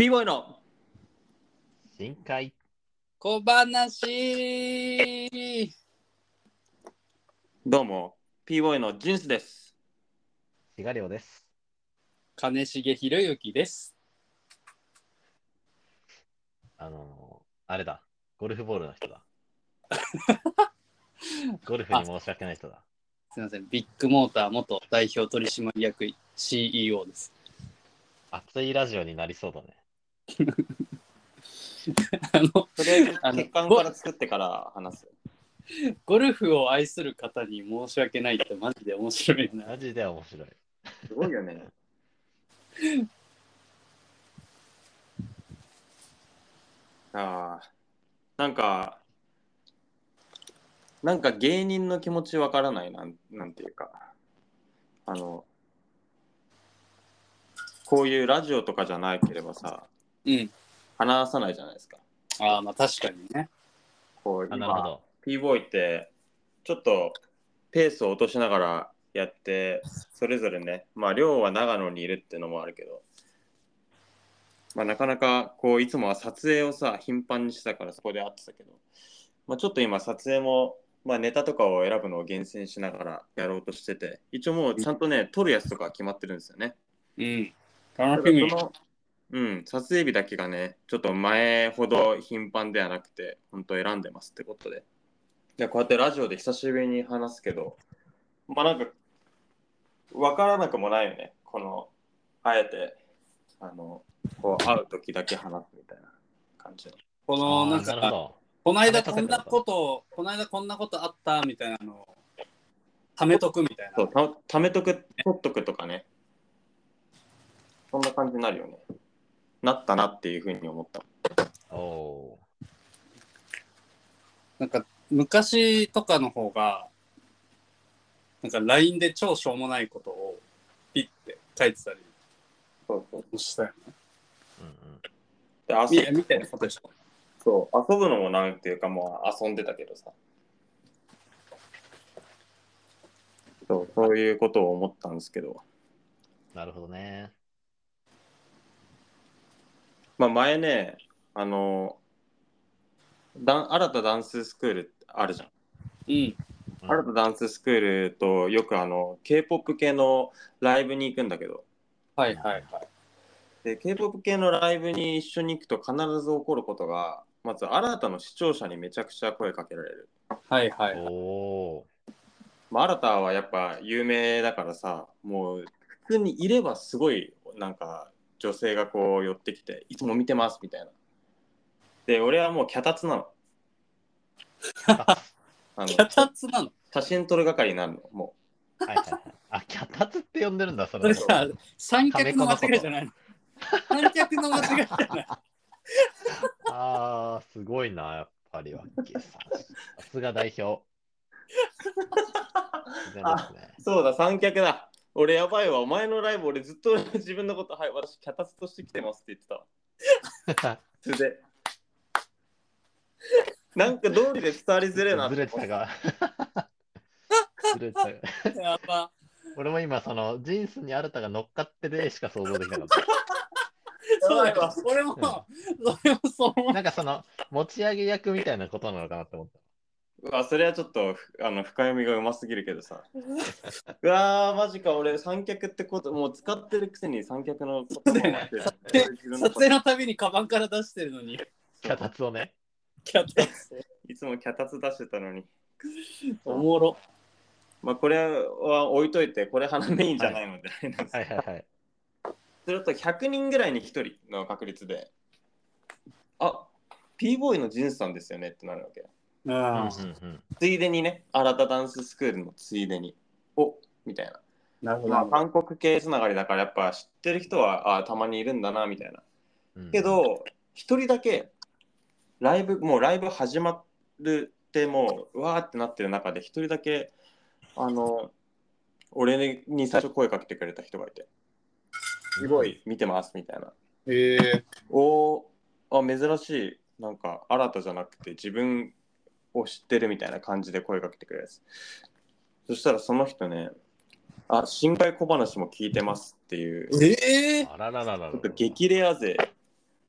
B ボーイの深海小話。 どうも P ボーイのジンスです。 シガリオです。 金重ひろゆきです。 あれだ、ゴルフボールの人だ。ゴルフに申し訳ない人だ。 すみません、ビッグモーター元代表取締役 CEO です。 熱いラジオになりそうだね。 とりあえず血管から作ってから話す。 ゴルフを愛する方に申し訳ないってマジで面白いな。 マジで面白い。 すごいよね。なんか芸人の気持ちわからないなんていうか、こういうラジオとかじゃなければさ、話さないじゃないですか。 ああ、まあ確かにね。 こうなるほど。 P ボーイってちょっとペースを落としながらやって、それぞれね、まあ亮は長野にいるってのもあるけど、まあなかなかこういつもは撮影をさ頻繁にしてたからそこで会ってたけど、まあちょっと今撮影もまあネタとかを選ぶのを厳選しながらやろうとしてて、一応もうちゃんとね撮るやつとか決まってるんですよね。 楽しみ。 撮影日だけがねちょっと前ほど頻繁ではなくて本当選んでますってことで。こうやってラジオで久しぶりに話すけど、まあなんか分からなくもないよね。このあえてこう会う時だけ話すみたいな感じの。 このなんかこの間こんなことあったみたいなのを貯めとくみたいな。 そう貯めとく取っとくとかね。そんな感じになるよね。なったなっていうふうに思った。 なんか昔とかの方がなんか LINE で超しょうもないことをピッて書いてたりしたよね。 でみたいなことでしょ。 そう遊ぶのもなんていうかもう遊んでたけどさ。そういうことを思ったんですけど。 なるほどね。 まあ前ね新たダンススクールあるじゃん。新たダンススクールとよくK-POP 系のライブに行くんだけど。で K-POP 系のライブに一緒に行くと必ず起こることが、まず新たの視聴者にめちゃくちゃ声かけられる。まあ新たはやっぱ有名だからさ、もう普通にいればすごいなんか女性がこう寄ってきて、いつも見てますみたいな。で俺はもう脚立なの。 脚立なの？ 写真撮る係になるのもう。脚立って呼んでるんだそれ。 それさ、三脚の間違いじゃないの？三脚の間違いじゃない。 ああ、すごいな、やっぱりわけさん。さすが代表。 そうだ、三脚だ。俺やばいわ。お前のライブ俺ずっと自分のこと、はい、私脚立として来てますって言ってたわ。それでなんか通りで伝わりづれえなって。 ずれてたが。ずれてた。 やば。 俺も今そのジンスに新たが乗っかってでしか想像できなかった。 そうだよ。俺も、そう。 なんかその持ち上げ役みたいなことなのかなって思った。 うわ、それはちょっと深読みがうますぎるけどさ。うわー、マジか、俺三脚ってこともう使ってるくせに三脚のことを待ってる。 撮影のたびにカバンから出してるのに。 脚立をね。 いつも脚立出してたのに。 おもろ。 まあこれは置いといて、これ花メインじゃないので。すると100人ぐらいに1人の確率で、あ、P ボーイのジンスさんですよねってなるわけ。ついでにね、新たダンススクールのついでに、おみたいな。 なるほど。 まあ韓国系つながりだからやっぱ知ってる人はたまにいるんだなみたいな。けど、一人だけもうライブ始まるってもうわーってなってる中で一人だけ俺に最初声かけてくれた人がいて、すごい見てますみたいな。珍しい。なんか新たじゃなくて自分を知ってるみたいな感じで声かけてくれるやつ。そしたらその人ね、深海小話も聞いてますっていう。 あらららら。 ちょっと激レア勢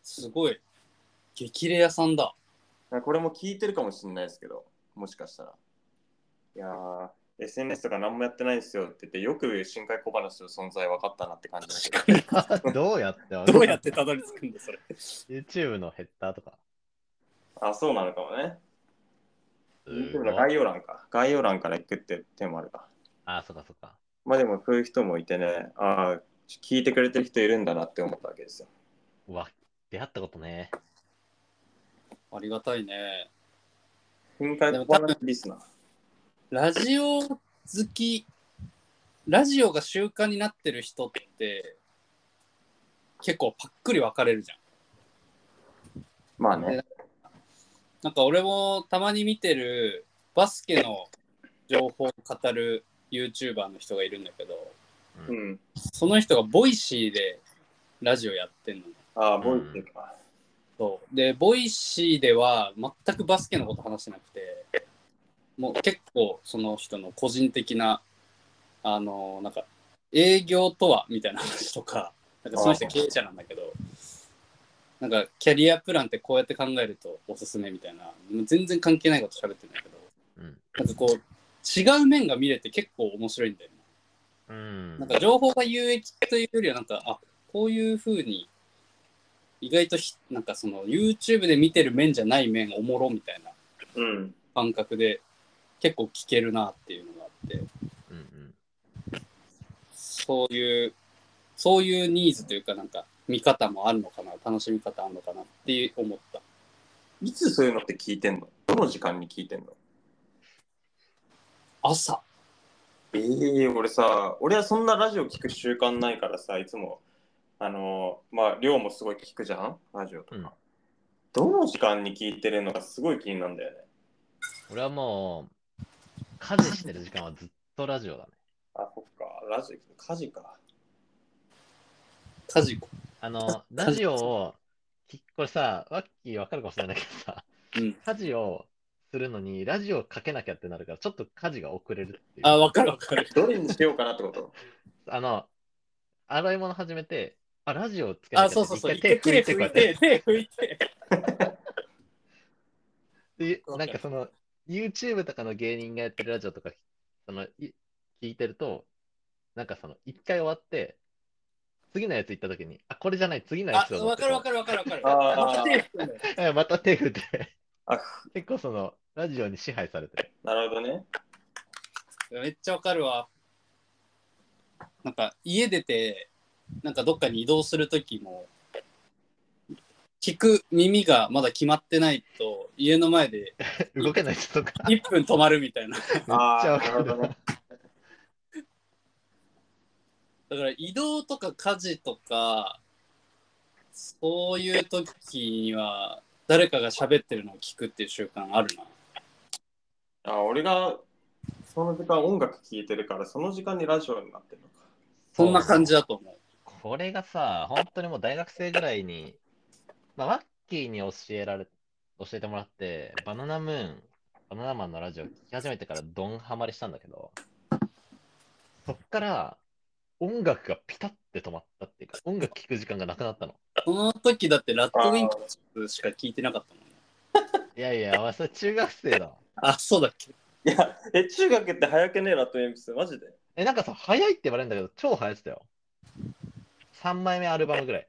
すごい。激レアさんだ。 これも聞いてるかもしれないですけど、もしかしたら。いやー、SNS とか何もやってないんですよって言って、よく深海小話の存在分かったなって感じだけど。 どうやってどうやってたどり着くんだ、それ。 YouTube のヘッダーとか。 あ、そうなのかもね。 す YouTube ごいの概要欄か。概要欄から行くって手もあるか。 あ、そっかそっか。 まあでもそういう人もいてね、ああ、聞いてくれてる人いるんだなって思ったわけですよ。 うわ、出会ったことね。 ありがたいね。 深海小話リスナー。 ラジオ好き、ラジオが習慣になってる人って結構パックリ分かれるじゃん。 まあね。 なんか俺もたまに見てるバスケの情報を語る YouTuber の人がいるんだけど、 うん。 その人がボイシーでラジオやってんのね。 ああ、ボイスか。 そうで、ボイシーでは全くバスケのこと話してなくて、もう結構その人の個人的な、なんか営業とはみたいな話とか、なんかその人経営者なんだけど、なんかキャリアプランってこうやって考えるとおすすめみたいな、もう全然関係ないこと喋ってるんだけど、なんかこう違う面が見れて結構面白いんだよね。なんか情報が有益というよりはなんかこういう風に意外となんかその YouTube で見てる面じゃない面おもろみたいな感覚で結構聞けるなっていうのがあって、そういうニーズというかなんか見方もあるのかな、楽しみ方あるのかなって思った。 いつそういうのって聞いてんの？どの時間に聞いてんの？ 朝。 俺はそんなラジオ聞く習慣ないからさ、いつもまあ量もすごい聞くじゃん、ラジオとか。どの時間に聞いてるのがすごい気になるんだよね。 俺はもう、家事してる時間はずっとラジオだね。 あ、そっか。家事か。 家事ラジオを、これさ、ワッキーわかるかもしれないけどさ、家事をするのにラジオかけなきゃってなるから、ちょっと家事が遅れるっていう。 あ、わかるわかる。 どれにしようかなってこと？ 洗い物始めて、ラジオつけなきゃってそうそうそう。 一回手拭いて、 手拭いて。 で、なんかその、YouTube とかの芸人がやってるラジオとか、聞いてると、なんかその、一回終わって、次のやつ行った時に、これじゃない、次のやつを持ってこう。 わかる。 また手振って結構その、ラジオに支配されてる。 なるほどね。 めっちゃわかるわ。なんか家出て、なんかどっかに移動するときも、聞く耳がまだ決まってないと、家の前で動けない人とか。 1分止まるみたいな。 めっちゃわかるな。 だから移動とか家事とか、そういう時には誰かが喋ってるのを聞くっていう習慣あるな。 俺がその時間音楽聴いてるから、その時間にラジオになってるのか。 そんな感じだと思う。 これがさ、本当にもう大学生ぐらいに、ワッキーに教えてもらって、バナナマンのラジオ聞き始めてからドンハマりしたんだけど、そっから音楽がピタッて止まったっていうか、音楽聴く時間がなくなったの。 その時だってラッドウィンプスしか聞いてなかったもんね。 いやいや、それ中学生だ。 そうだっけ？ いや、中学って早くねえ、ラッドエンプス、マジで。 なんかさ、早いって言われるんだけど、超早いってたよ。3枚目アルバムぐらい。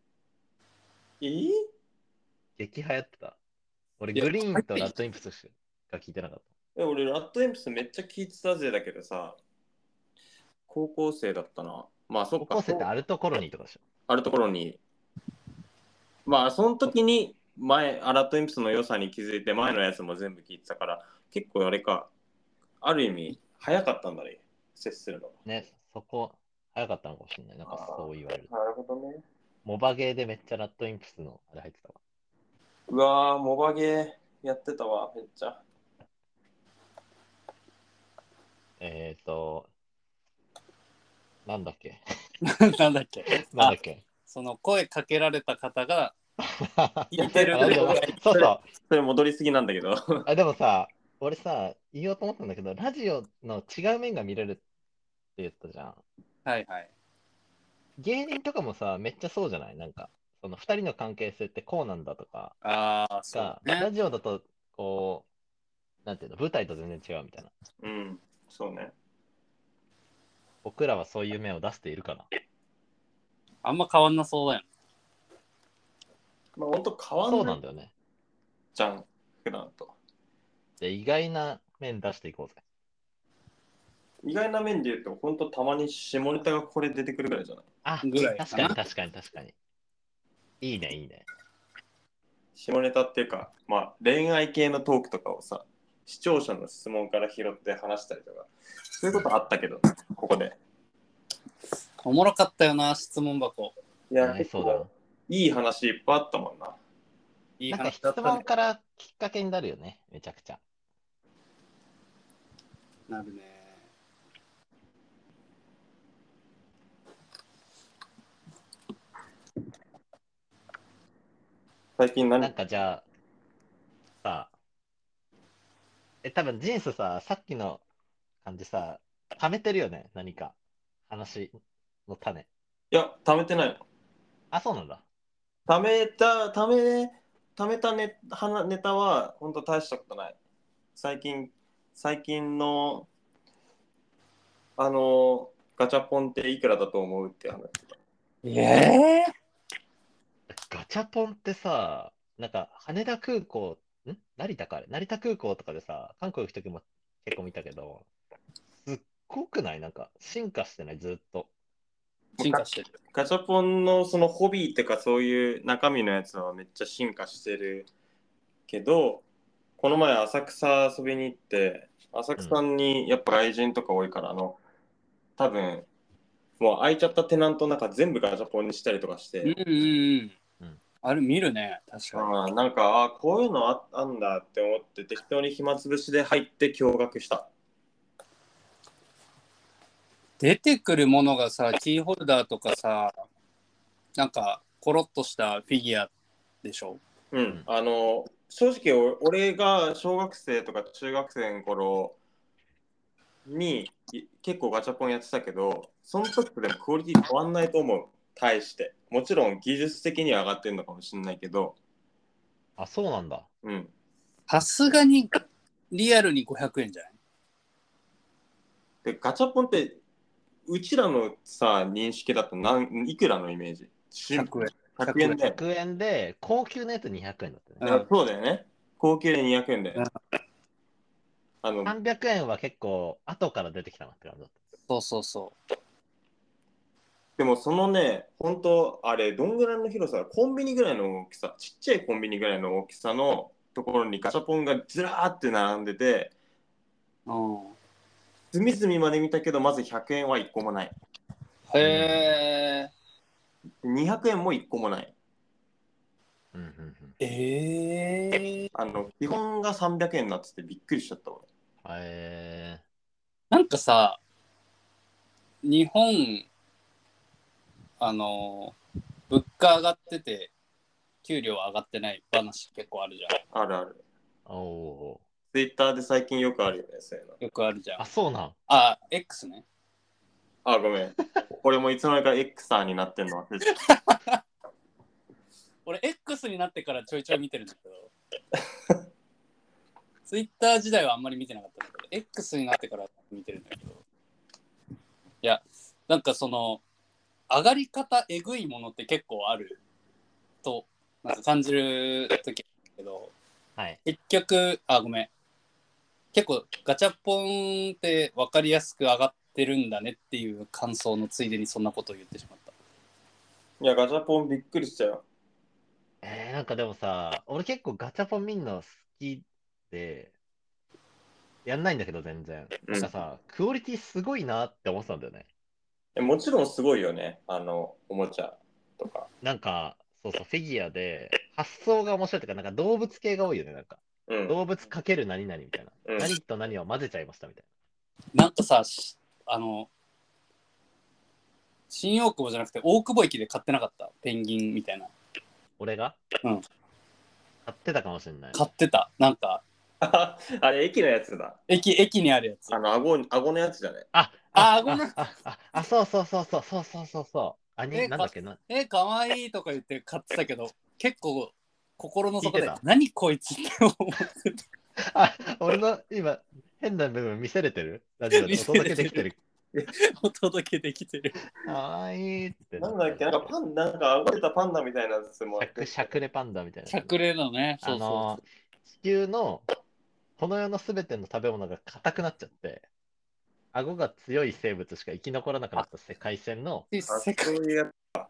激流行ってた。俺、グリーンとラッドインプスしか聞いてなかった。 俺、ラッドインプスめっちゃ聞いてたぜだけどさ、高校生だったな。まあ、そっか。 高校生ってアルトコロニーとかでしょ。 アルトコロニー。まあ、その時にラッドインプスの良さに気づいて、前のやつも全部聞いてたから、結構あれか、ある意味、早かったんだね、接するのが。 ね、そこ、早かったのかもしれない。なんかそう言われる。 なるほどね。 モバゲーでめっちゃラッドインプスのあれ入ってたわ。 うわー、モバゲーやってたわ、めっちゃ。 なんだっけなんだっけその声かけられた方が聞いてる。 そうそう。 それ戻りすぎなんだけど。 でもさ、俺さ、言おうと思ったんだけど、ラジオの違う面が見れるって言ったじゃん。 はいはい。 芸人とかもさ、めっちゃそうじゃない？なんか、 その2人の関係性ってこうなんだとかああ、そうが、 ね。 ラジオだと、こう、なんていうの、舞台と全然違うみたいな。 うん、そうね。 僕らはそういう面を出しているかな。 あんま変わんなそうだよね。 まあ本当変わそんないうなんだよね。 じゃん、普段と。 で、意外な面出していこうぜ。 意外な面で言うと、本当たまに下ネタがこれ出てくるぐらいじゃない？ あ、 ぐらいかな確かに確かに確かに。いいね、いいね。 下ネタっていうか、まあ恋愛系のトークとかをさ、視聴者の質問から拾って話したりとか、そういうことあったけど、ここで。 おもろかったよな、質問箱。 いや、 はい、そうだな。 いい話いっぱいあったもんな。 いいなんか質話だったね問からきっかけになるよね、めちゃくちゃ。 なるね。 最近なんかじゃあ、さ、多分ジンスさ、さっきの感じさ、溜めてるよね、何か。話の種。 いや、貯めてないの。 あ、そうなんだ。 貯めたネタは、本当大したことない。最近の、ガチャポンっていくらだと思うって話。 ガチャポンってさ、なんか羽田空港、成田かあれ成田空港とかでさ、韓国行くときも結構見たけど、すっごくないなんか進化してないずっと。 進化してる。 ガチャポンのそのホビーってかそういう中身のやつはめっちゃ進化してるけど、この前浅草遊びに行って、浅草にやっぱ外人とか多いから、多分、もう空いちゃったテナントの中全部ガチャポンにしたりとかしうんて、 うん。あれ見るね、確かなんか、こういうのあんだって思って適当に暇つぶしで入って驚愕した。 出てくるものがさ、キーホルダーとかさ、なんかコロッとしたフィギュアでしょ。 うん、正直俺が小学生とか中学生の頃に結構ガチャポンやってたけど、その時とでもクオリティ変わんないと思う。対して。もちろん技術的には上がってるのかもしれないけど、 あ、そうなんだ。 うん。 さすがにリアルに500円じゃない？ で、ガチャポンって、うちらのさ、認識だといくらのイメージ？ 100円。 100円だよ。 100円で、高級なやつ200円だったね。 そうだよね。高級で200円だよ。 300円は結構後から出てきたなって感じだっそうそうそう。 でもそのね、本当あれ、どんぐらいの広さ、コンビニぐらいの大きさ、ちっちゃいコンビニぐらいの大きさのところにガチャポンがずらーって並んでて、 うん。 隅々まで見たけど、まず100円は1個もない。 へえ。 200円も1個もない。 た。うんうんうん。 基本が300円になっててびっくりしちゃった俺。 なんかさ、日本、物価上がってて、給料上がってない話結構あるじゃん。 あるある。 おツイッターで最近よくあるよね、そういうの。 よくあるじゃん。 あ、そうなん。 あ、X ね。 ごめん。俺もいつの間にか X さんになってんの忘れてた。 俺 X になってからちょいちょい見てるんだけどツイッター時代はあんまり見てなかったんだけど X になってから見てるんだけど、いやなんかその上がり方えぐいものって結構あるとなんか感じる時だけど、 はい。 結局ごめん、結構ガチャポンって分かりやすく上がってるんだねっていう感想のついでにそんなことを言ってしまった。 いや、ガチャポンびっくりしたよ。 なんかでもさ、俺結構ガチャポン見んの好きで、やんないんだけど全然。なんかさ、クオリティすごいなって思ってたんだよね。 もちろんすごいよね。おもちゃとか。 なんか、そうそう、フィギュアで、発想が面白いというか、なんか動物系が多いよね、なんか。 うん。 動物かける何々みたいな。 うん何と何を混ぜちゃいましたみたいなんかさ、新大久保じゃなくて大久保駅で買ってなかったペンギンみたいな。 な。俺がうん。 買ってたかもしれない。 買ってた。なんかあれ、駅のやつだ。 駅にあるやつ。 顎のやつじゃね。 顎のそうそうそうそうそうそうそうそう。 なんだっけな。 かわいいとか言って買ってたけど、結構心の底で聞いてた何こいつって思ってあ、俺の今、変な部分見せれてるラジオでお届けできてる。 お届けできてる。 かわいいってなんだっけ、なんかパン、なんか溢れたパンダみたいなやつもあって。 しゃくれパンダみたいな。 しゃくれのね。そうそ地球のこの世のすべての食べ物が硬くなっちゃって、顎が強い生物しか生き残らなくなった世界線のう。 そう世界いうやつ。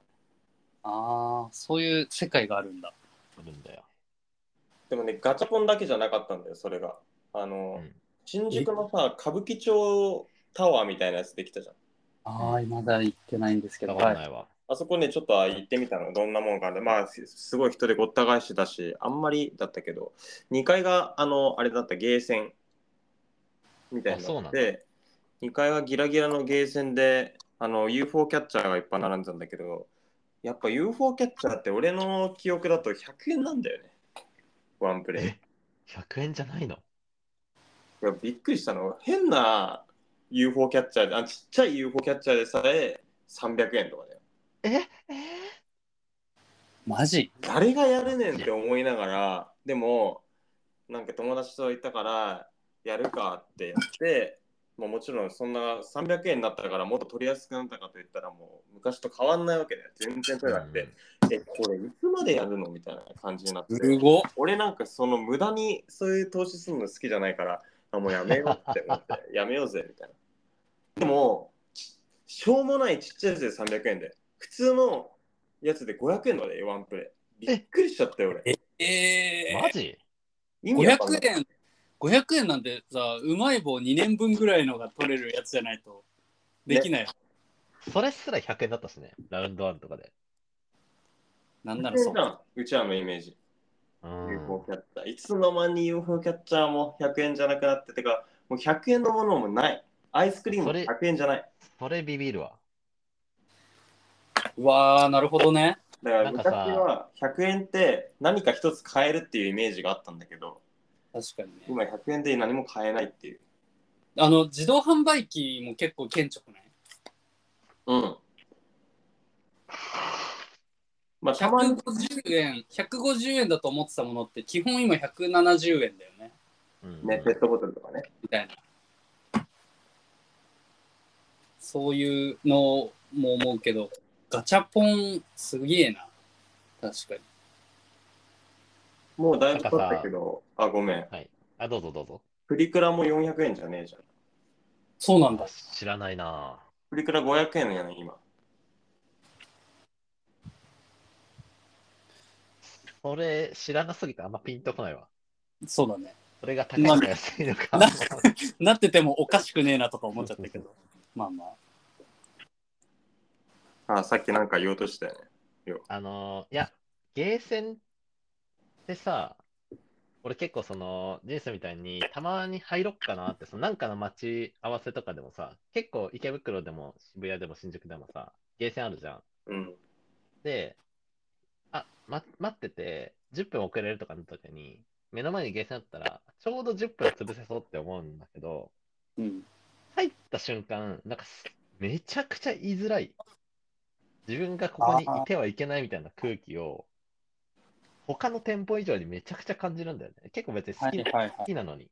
そういう世界があるんだ。 あるんだよ。 でもね、ガチャポンだけじゃなかったんだよ、それが。 うん新宿のさ、歌舞伎町タワーみたいなやつできたじゃん。 まだ行ってないんですけど。 わかんないわ。 あそこね、ちょっと行ってみたの、どんなもんかで、まあ、すごい人でごった返しだし、あんまりだったけど、2階が、あれだった、ゲーセンみたいになそうなんだ。 って、2階はギラギラのゲーセンで、UFO キャッチャーがいっぱい並んでたんだけど、やっぱ UFO キャッチャーって俺の記憶だと100円なんだよね、ワンプレイ。 え、100円じゃないの？ いやびっくりしたの。変な UFO キャッチャーで、ちっちゃい UFO キャッチャーでさえ300円とかだよ。 マジ誰がやるねんって思いながら、でも、なんか友達といたから、やるかってやって、もちろんそんな300円になったからもっと取りやすくなったかといったらもう昔と変わんないわけだよ。全然取れなくて、これいつまでやるのみたいな感じになって。 すごっ。 俺なんかその無駄にそういう投資するの好きじゃないから、もうやめようって思って、やめようぜみたいな。でも、しょうもないちっちゃいやつで300円で、普通のやつで500円だね、ワンプレイ。びっくりしちゃったよ、俺。 マジ意味わかんない。 500円500円なんてさ、うまい棒2年分ぐらいのが取れるやつじゃないとできない。 それすら100円だったしね、ラウンドワンとかで。 なんならそう。 うちらのイメージ。 うん UFO キャッチャー。いつの間に UFO キャッチャーも100円じゃなくなっててか、もう100円のものもない。アイスクリームも100円じゃない。 それビビるわ。 うわー、なるほどね。 だから昔は100円って何か一つ買えるっていうイメージがあったんだけど、 確かにね。 今100円で何も買えないっていう。 自動販売機も結構顕著くない？ うん。まあ、たまに 150円だと思ってたものって基本今170円だよね。 ね、ペットボトルとかね。 みたいな。そういうのも思うけど、ガチャポンすげえな。確かに。 もうだいぶ取ったけど、ごめん。 はい。どうぞどうぞ。 プリクラも400円じゃねえじゃん。 そうなんだ。 知らないな。 プリクラ500円やね、今。 それ知らなすぎてあんまピンとこないわ。 そうだね。 それが高いのか安いのか。 なっててもおかしくねえなとか思っちゃったけど。まあまあ。さっきなんか言おうとしたよね。 いや、ゲーセンってさ、俺結構ジンスみたいにたまに入ろっかなって、なんかの待ち合わせとかでもさ、結構池袋でも渋谷でも新宿でもさ、ゲーセンあるじゃん。 うん。 で、待ってて、10分遅れるとかの時に、目の前にゲーセンあったら、ちょうど10分潰せそうって思うんだけど、入った瞬間、なんかめちゃくちゃ言いづらい。自分がここにいてはいけないみたいな空気を、他の店舗以上にめちゃくちゃ感じるんだよね。結構別に好きなのに。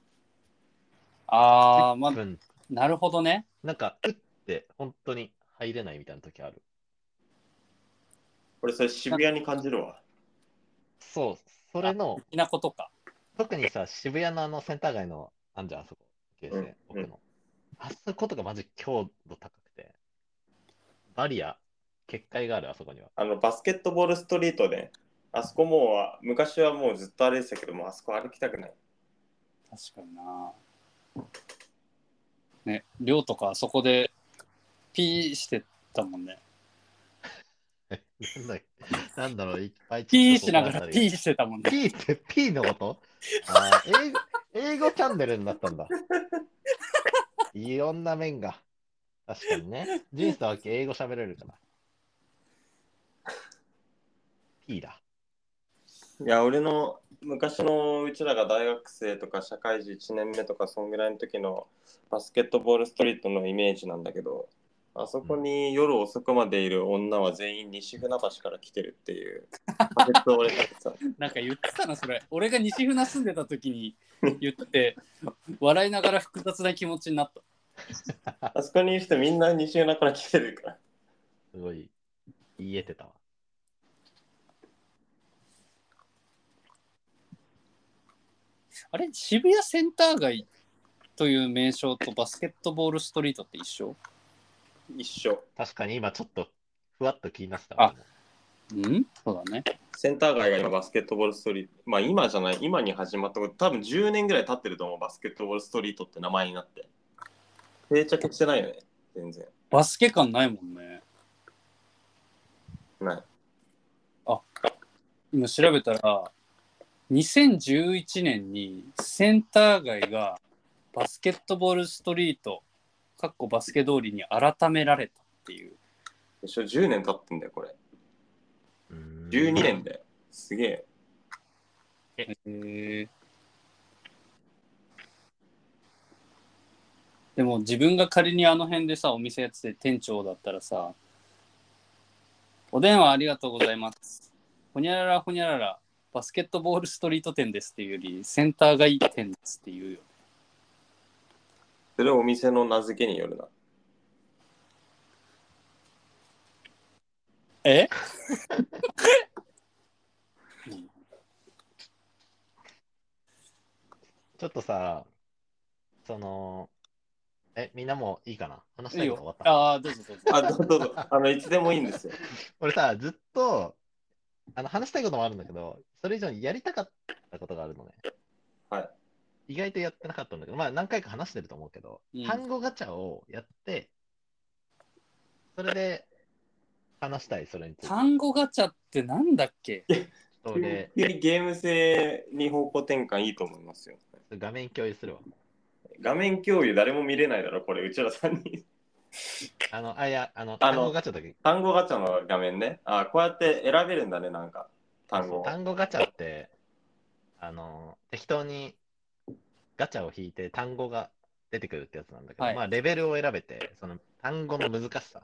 まあ、 10分、 なるほどね。 なんか、って本当に入れないみたいな時ある。 俺それ渋谷に感じるわ。 そう、それの、 なことか。 特にさ、渋谷のセンター街の、あんじゃん、あそこ、ゲーセン、奥の。あそことがマジ強度高くて、バリア、結界がある、あそこには。 バスケットボールストリートで、あそこもう、昔はもうずっと歩いてたけども、あそこ歩きたくない。 確かにな。ね、寮とかあそこでピーしてたもんね。 なんだろう、いっぱいピーしながらピーしてたもんね。 ピーってピーのこと英語チャンネルになったんだ。いろんな面が。確かにね。ジンスとわけ英語喋れるから。P だ。 いや、俺の昔のうちらが大学生とか社会人1年目とかそんぐらいの時のバスケットボールストリートのイメージなんだけど、 あそこに夜遅くまでいる女は全員西船橋から来てるっていう仮説を俺立ててた。 なんか言ってたな、それ。俺が西船住んでた時に言って、笑いながら複雑な気持ちになった。 あそこにいる人みんな西船から来てるから。 すごい言えてたわ。 あれ、渋谷センター街という名称とバスケットボールストリートって一緒？ 一緒。 確かに今ちょっとふわっと気になってた。 あ、そうだね。 センター街が今バスケットボールストリート。まあ今じゃない、今に始まったこと、多分10年ぐらい経ってると思う、バスケットボールストリートって名前になって。定着してないよね、全然。 バスケ感ないもんね。 ない。 今調べたら、2011年にセンター街がバスケットボールストリート、バスケ通りに改められたっていう。 でしょ、10年経ってんだよ、これ。12年だよ。すげえ。でも自分が仮にあの辺でさ、お店やってて店長だったらさ、お電話ありがとうございます。ほにゃららほにゃらら、バスケットボールストリート店ですっていうより、センター街店ですっていうよ。 それはお店の名付けによるな。 えちょっとさ、みんなもいいかな、話したいこと終わった？ ああ、どうぞどうぞ。 あ、どうぞ。いつでもいいんですよ。 俺さ、ずっと、話したいこともあるんだけど、それ以上にやりたかったことがあるのね。 はい。 意外とやってなかったんだけど、まあ何回か話してると思うけど、単語ガチャをやって、それで話したい、それについて。 単語ガチャってなんだっけ？ 急にゲーム性に方向転換いいと思いますよ。 画面共有するわ。 画面共有誰も見れないだろ、これ、うちらさんに。 単語ガチャだけ。 単語ガチャの画面ね。こうやって選べるんだね、なんか。単語。 単語ガチャって、適当にガチャを引いて単語が出てくるってやつなんだけど、 はい、 まあレベルを選べて、その単語の難しさ。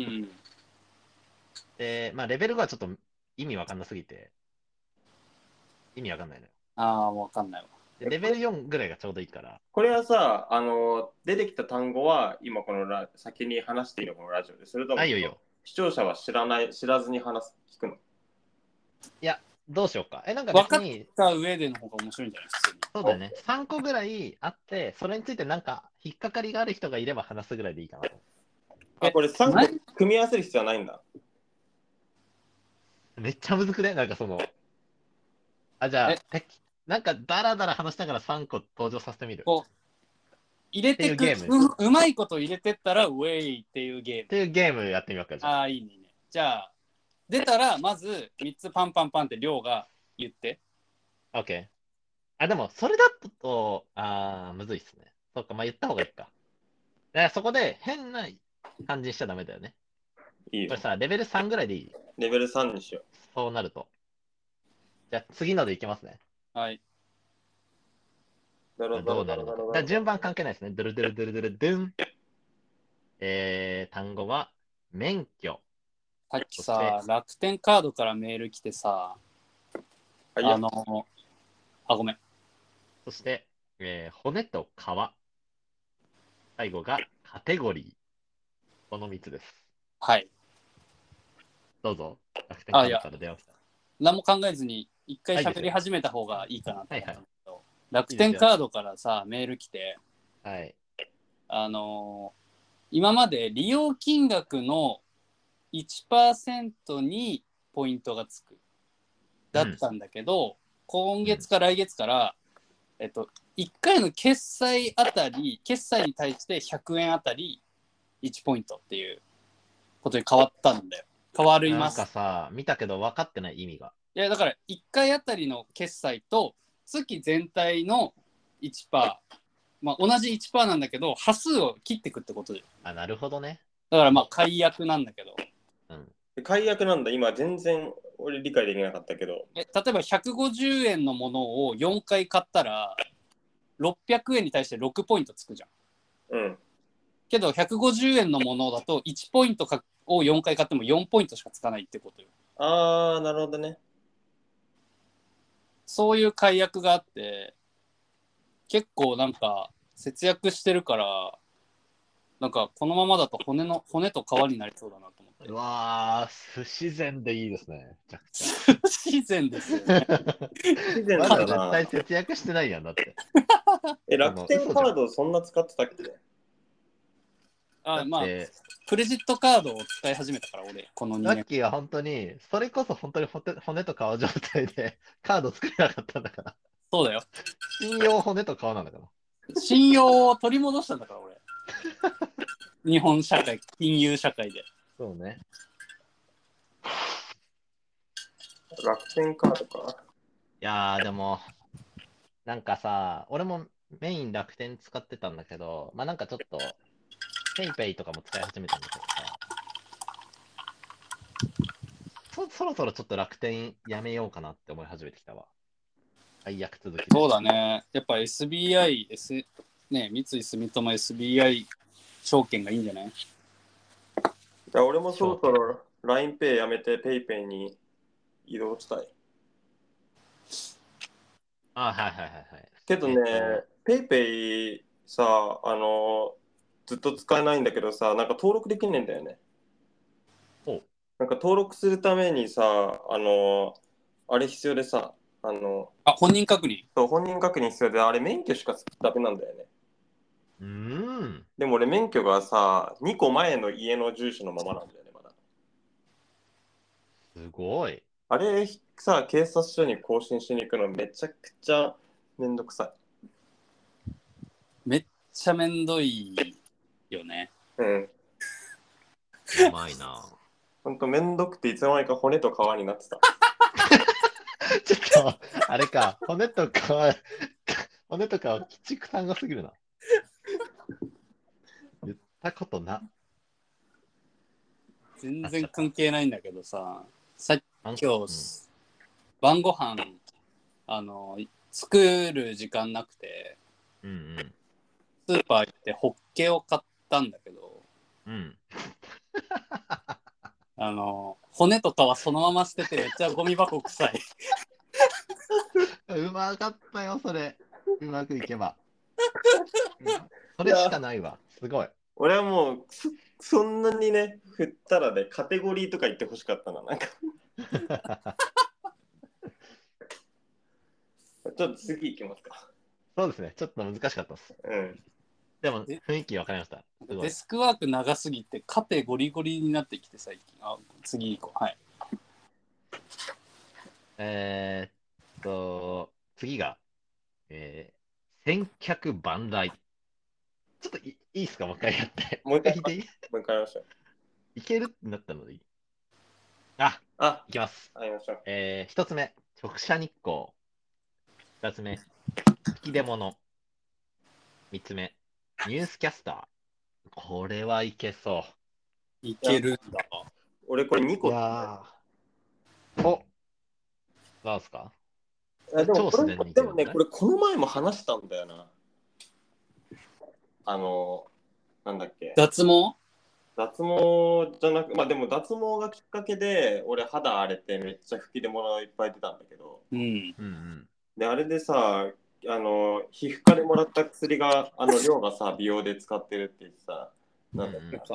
で、まあレベルがちょっと意味わかんなすぎて、意味わかんないのよ。 わかんないわ。 でレベル4ぐらいがちょうどいいから。 これはさ、出てきた単語は今この先に話していいのこのラジオで。それとも視聴者は知らずに聞くの？ いや、どうしようか。なんか分かった上での方が面白いんじゃない？ そうだよね。3個ぐらいあって、それについてなんか引っかかりがある人がいれば話すぐらいでいいかなと。 これ3個組み合わせる必要はないんだ。 めっちゃむずくね、なんかじゃあ、なんかダラダラ話しながら3個登場させてみる。 入れてくゲーム。うまいこと入れてったらウェイっていうゲーム。 っていうゲームやってみようか。じゃあ。 いいね。じゃあ、出たらまず3つパンパンパンって量が言って。 OK。でも、それだと、むずいっすね。そっか、まあ言った方がいいか。だからそこで変な感じにしちゃダメだよね。 いいよ。 これさ、レベル3ぐらいでいい？ レベル3にしよう。 そうなると。じゃあ次のでいきますね。 はい。 どうなるのか。順番関係ないですね。ドゥルドゥルドゥルドゥルドゥン。単語は、免許。 さっきさ、楽天カードからメール来てさ、ごめん。 そして、骨と皮。最後がカテゴリー。この3つです。 はい。 どうぞ。楽天カードから出ました。 何も考えずに一回喋り始めた方がいいかなと思ったんだけど、楽天カードからさ、メール来て、 はい。 今まで利用金額の 1% にポイントがつく。だったんだけど、今月か来月から、1回の決済に対して100円あたり1ポイントっていうことに変わったんだよ。変わります。 なんかさ、見たけど分かってない意味が。 いや、だから1回あたりの決済と月全体の 1%、まあ同じ 1% なんだけど、端数を切っていくってことで。 なるほどね。 だからまあ解約なんだけど。 解約なんだ。今全然俺理解できなかったけど。 例えば150円のものを4回買ったら600円に対して6ポイントつくじゃん。 けど150円のものだと1ポイントを4回買っても4ポイントしかつかないってことよ。 あー、なるほどね。 そういう解約があって、結構なんか節約してるから、なんかこのままだと骨と皮になりそうだなと思って。 うわー、不自然でいいですね。めちゃくち不自然ですよね。 ゃ。 自然まだだな。 絶対節約してないやん、だって。 楽天カードそんな使ってたっけ？ まあ、クレジットカードを使い始めたから、俺、この2年。 ラッキーは本当に、それこそ本当に骨と皮状態でカード作れなかったんだから。 そうだよ。 信用骨と皮なんだから。 信用を取り戻したんだから、俺。日本社会、金融社会で。 そうね。 楽天カードか。 いやー、でも、なんかさ、俺もメイン楽天使ってたんだけど、まあなんかちょっと、ペイペイとかも使い始めたんだけどさ、そろそろちょっと楽天やめようかなって思い始めてきたわ。最悪続きで。 そうだね。やっぱ SBI、ね、三井住友 SBI 証券がいいんじゃない？ じゃあ俺もそろそろ LINEPay やめて PayPay に移動したい。 あ、はいはいはいはい。 けどね、PayPay さ、ずっと使えないんだけどさ、なんか登録できねえんだよね。 おなんか登録するためにさ、あれ必要でさ、 本人確認。 そう本人確認必要で、あれ免許しかダメなんだよね。でも俺免許がさ、2個前の家の住所のままなんだよね、まだ。 すごい。 あれさ、警察署に更新しに行くのめちゃくちゃめんどくさい。 めっちゃめんどいよね。 うん。 うまいな。 ほんとめんどくていつの間にか骨と皮になってた。 ちょっと、あれか、骨と皮鬼畜単語すぎるな。言ったことな。 全然関係ないんだけどさ、今日、 うん晩ご飯作る時間なくて、 うんうん。 スーパー行ってホッケを買ったんだけど、 うん。 骨と皮そのまま捨ててめっちゃゴミ箱臭い。 うまかったよ、それ。うまくいけば。それしかないわ。すごい。 俺はもうそんなにね、振ったらね、カテゴリーとか言ってほしかったな。なんかちょっと次行きますか。 そうですね。ちょっと難しかったです。 うん。 でも、雰囲気わかりました。すごいデスクワーク長すぎてカテゴリゴリになってきて最近。次行こう。はい。 次が、千客万来。ちょっといいですか、もう一回やって。 もう一回弾いていいもう一回やりましょう。 いけるってなったのでいい。いきます。 やりましょう。 一つ目、直射日光。二つ目、吹き出物。三つ目、ニュースキャスター。これはいけそいけるんだ。 俺これ2 う。 個。 なんすかでも超自然にいけるのねでもね、これこの前も話したんだよな。なんだっけ。 脱毛脱毛じゃなく、まあでも脱毛がきっかけで、俺肌荒れてめっちゃ吹き出物いっぱい出たんだけど、 うん。 で、あれでさ、皮膚科でもらった薬が、量がさ、美容で使ってるって言ってさ、なんだっけ、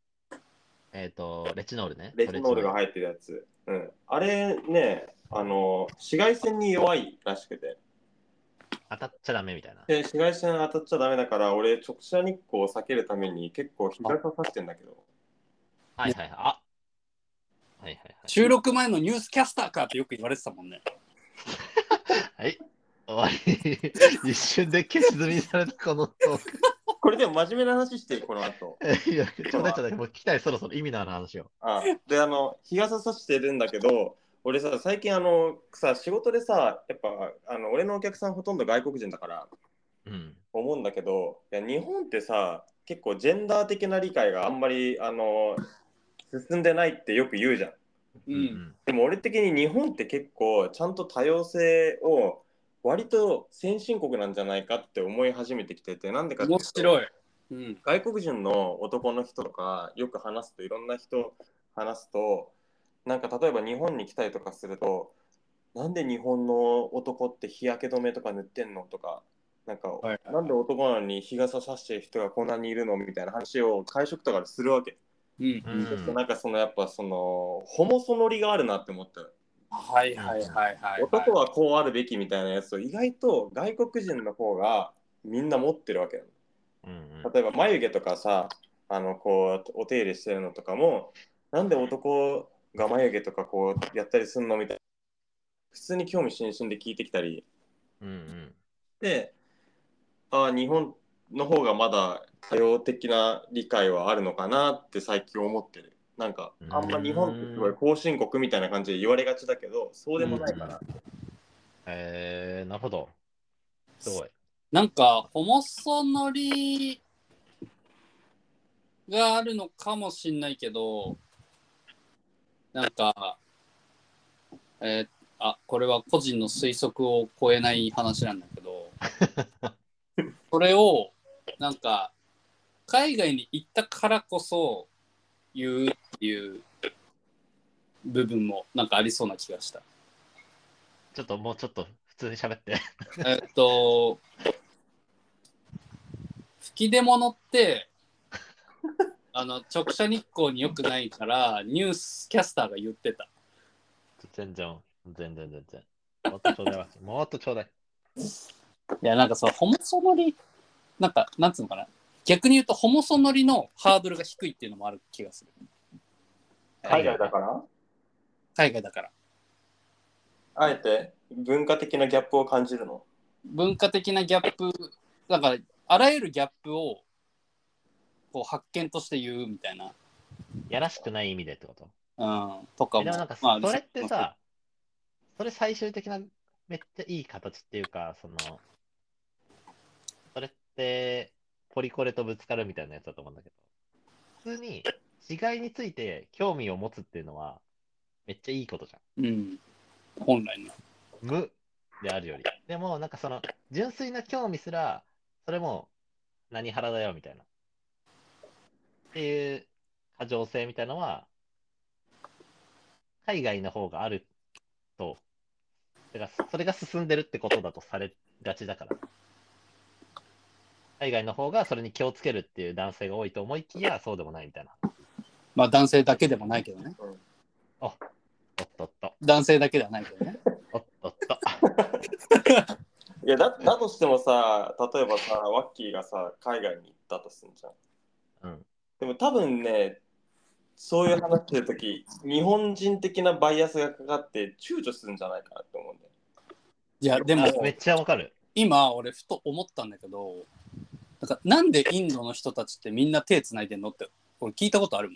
レチノールね。 レチノールが入ってるやつ。うん。あれね、紫外線に弱いらしくて。 当たっちゃダメみたいな。 で、紫外線当たっちゃダメだから、俺、直射日光を避けるために結構日傘さしてんだけど。 はいはいはい。はいはいはい。 収録前のニュースキャスターかってよく言われてたもんね。 はい。終わり。一瞬で消し済みにされたこのトーク。 これでも真面目な話してる、この後。 いや、ちょうだい。もう聞きたい、そろそろ意味のある話を。 で、日傘さしてるんだけど、俺さ、最近仕事でさ、やっぱ、俺のお客さんほとんど外国人だから、思うんだけど、いや、日本ってさ、結構ジェンダー的な理解があんまり、進んでないってよく言うじゃん。でも俺的に日本って結構ちゃんと多様性を割と先進国なんじゃないかって思い始めてきてて、なんでかっていうと、 面白い。 うん。 外国人の男の人とかよく話すと、いろんな人話すと、なんか例えば日本に来たりとかすると、なんで日本の男って日焼け止めとか塗ってんのとか、なんか、 はいはいはいなんで男なのに日傘さしてる人がこんなにいるのみたいな話を会食とかでするわけ。 うん。 ううん。 ん。 なんかやっぱホモソノリがあるなって思った。 はいはいはいはい、 男はこうあるべきみたいなやつを意外と外国人の方がみんな持ってるわけよ。 うん例えば眉毛とかさ、こうお手入れしてるのとかも、なんで男が眉毛とかこうやったりするのみたいな、普通に興味津々で聞いてきたり、 うん。 で、日本の方がまだ多様的な理解はあるのかなって最近思ってる。なんか、 うん。 あんま日本ってすごい後進国みたいな感じで言われがちだけど、そうでもないかな。 なるほど。すごい。 なんか、ホモソノリがあるのかもしんないけど、なんか、これは個人の推測を超えない話なんだけど、それを、なんか、海外に行ったからこそ言うっていう部分もなんかありそうな気がした。 ちょっともうちょっと普通に喋って。 吹き出物って直射日光に良くないからニュースキャスターが言ってた。 全然。もっとちょうだいわ。もっとちょうだい。 いやなんかホモソノリなんかなんつうのかな、逆に言うとホモソノリのハードルが低いっていうのもある気がする。 海外だから海外だからあえて文化的なギャップを感じるの。 文化的なギャップだからあらゆるギャップをこう発見として言うみたいな、 やらしくない意味でってこと？ とかもでもなんか、 まあそれってさ、それ最終的なめっちゃいい形っていうか、それってポリコレとぶつかるみたいなやつだと思うんだけど、普通に違いについて興味を持つっていうのはめっちゃいいことじゃん。 本来の無であるより。でも、なんか純粋な興味すら、それも何腹だよみたいな。っていう過剰性みたいなのは、海外の方があると、だからそれが進んでるってことだとされがちだから。海外の方がそれに気をつけるっていう男性が多いと思いきや、そうでもないみたいな。 まあ男性だけでもないけどね。 おっとっと。 男性だけではないけどね。 おっとっと。 いやだとしてもさ、例えばさ、ワッキーがさ、海外に行ったとすんじゃん。 うん。 でも多分ね、そういう話してるとき、日本人的なバイアスがかかって躊躇するんじゃないかなって思うんだよ。 いやでもめっちゃわかる。 今俺ふと思ったんだけど、なんでインドの人たちってみんな手つないでんのって俺聞いたことあるも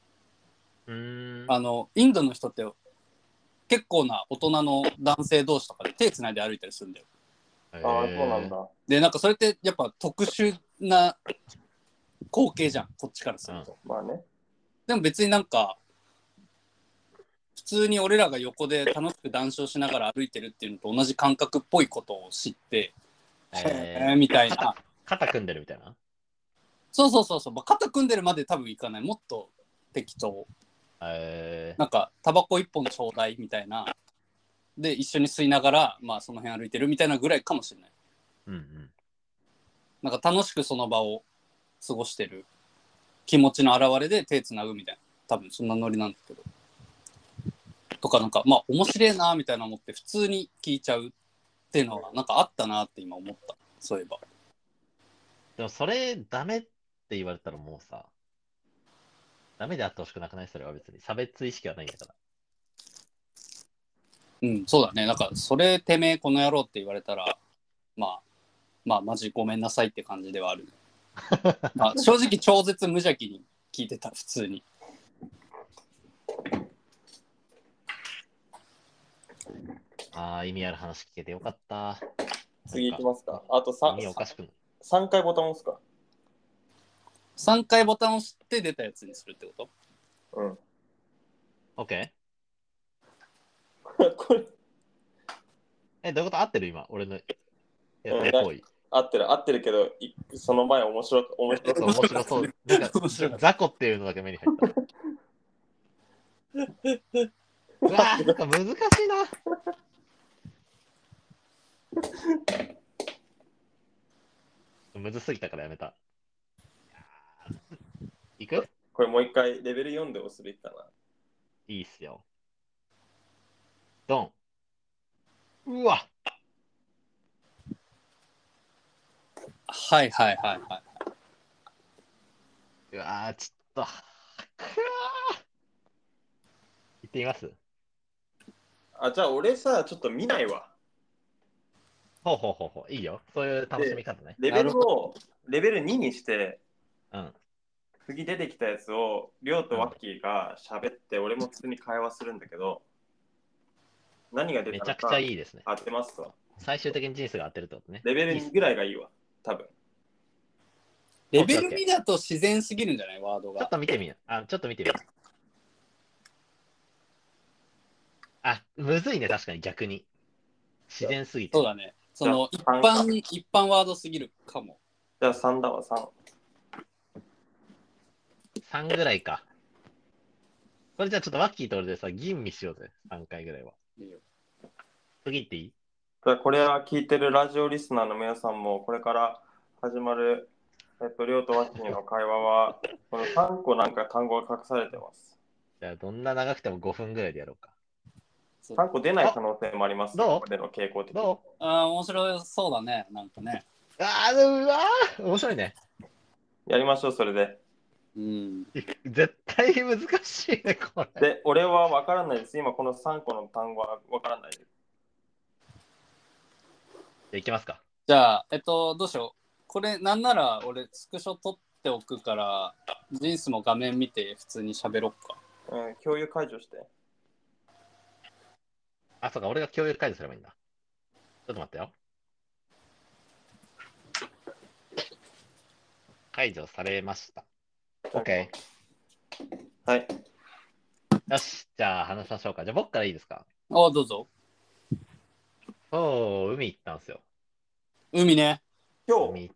ん。インドの人って結構な大人の男性同士とかで手つないで歩いたりするんだよ。 ああ、そうなんだ。 でなんかそれってやっぱ特殊な光景じゃん、こっちからすると。 まあね。 でも別になんか普通に俺らが横で楽しく談笑しながら歩いてるっていうのと同じ感覚っぽいことを知って、みたいな。 肩組んでるみたいな。 そう、まあ、肩組んでるまで多分いかない。もっと適当。なんかタバコ一本ちょうだいみたいな。で一緒に吸いながらまあその辺歩いてるみたいなぐらいかもしれない。なんか楽しくその場を過ごしてる気持ちの表れで手つなぐみたいな、多分そんなノリなんだけど。とかなんかまあ面白いなみたいな思って普通に聞いちゃうっていうのはなんかあったなって今思った。そういえば。 でもそれダメって言われたらもうさ、ダメであってほしくなくない？それは別に差別意識はないんだから。 そうだね。なんかそれてめえこの野郎って言われたらまあマジごめんなさいって感じではある。まあ正直超絶無邪気に聞いてた普通に。 意味ある話聞けてよかった。 次行きますか。あと3回ボタン押すか。 3回ボタン押して出たやつにするってこと？ OK？ これどういうこと？合ってる今俺のやってる行為。 合ってるけど、その前面白そう面白そう。なんか、雑魚っていうのだけ目に入った。うわー、なんか難しいな。むずすぎたからやめた。いく？ これもう一回レベル4で押すべきかな。 いいっすよ。ドン。うわ。 はいはいはいはい。 うわー、ちょっと。くわー。行ってみます？ あ、じゃあ俺さ、ちょっと見ないわ。 ほうほうほうほう。いいよ。そういう楽しみ方ね。 レベルをレベル2にして、 うん。 次出てきたやつを、りょうとワッキーが喋って、俺も普通に会話するんだけど、何が出たのめちゃくちゃかいいですね。 当てますわ。 最終的に人生が当てるってことね。 レベル2ぐらいがいいわ、多分。 レベル2だと自然すぎるんじゃないワードが。 ちょっと見てみよう。ちょっと見てみよう。あ、むずいね、確かに逆に。自然すぎて。 そうだね。その一般ワードすぎるかも。 じゃあ3だわ、3。 3ぐらいか。これじゃあちょっとワッキーと俺でさ、吟味しようぜ。3回ぐらいは。 いいよ。 次行っていい？ これは聞いてるラジオリスナーの皆さんも、これから始まる、りょうとワッキーの会話は、この3個なんか単語が隠されてます。 じゃあどんな長くても5分ぐらいでやろうか。 3個出ない可能性もあります。 どうここでの傾向的に。 どう？ 面白そうだね。なんかね。 うわー、面白いね。 やりましょう、それで。 うん。 絶対難しいね、これ。 で、俺は分からないです。今この3個の単語は分からないです。 じゃあ行きますか。 じゃあ、どうしよう。これ、なんなら俺、スクショ取っておくから、ジンスも画面見て普通に喋ろっか。 うん、共有解除して。 あ、そうか、俺が共有解除すればいいんだ。ちょっと待ってよ。解除されました。OK。 はい。 よし、じゃあ話しましょうか。じゃあ僕からいいですか？ どうぞ。 海行ったんですよ。 海ね。 今日海行った。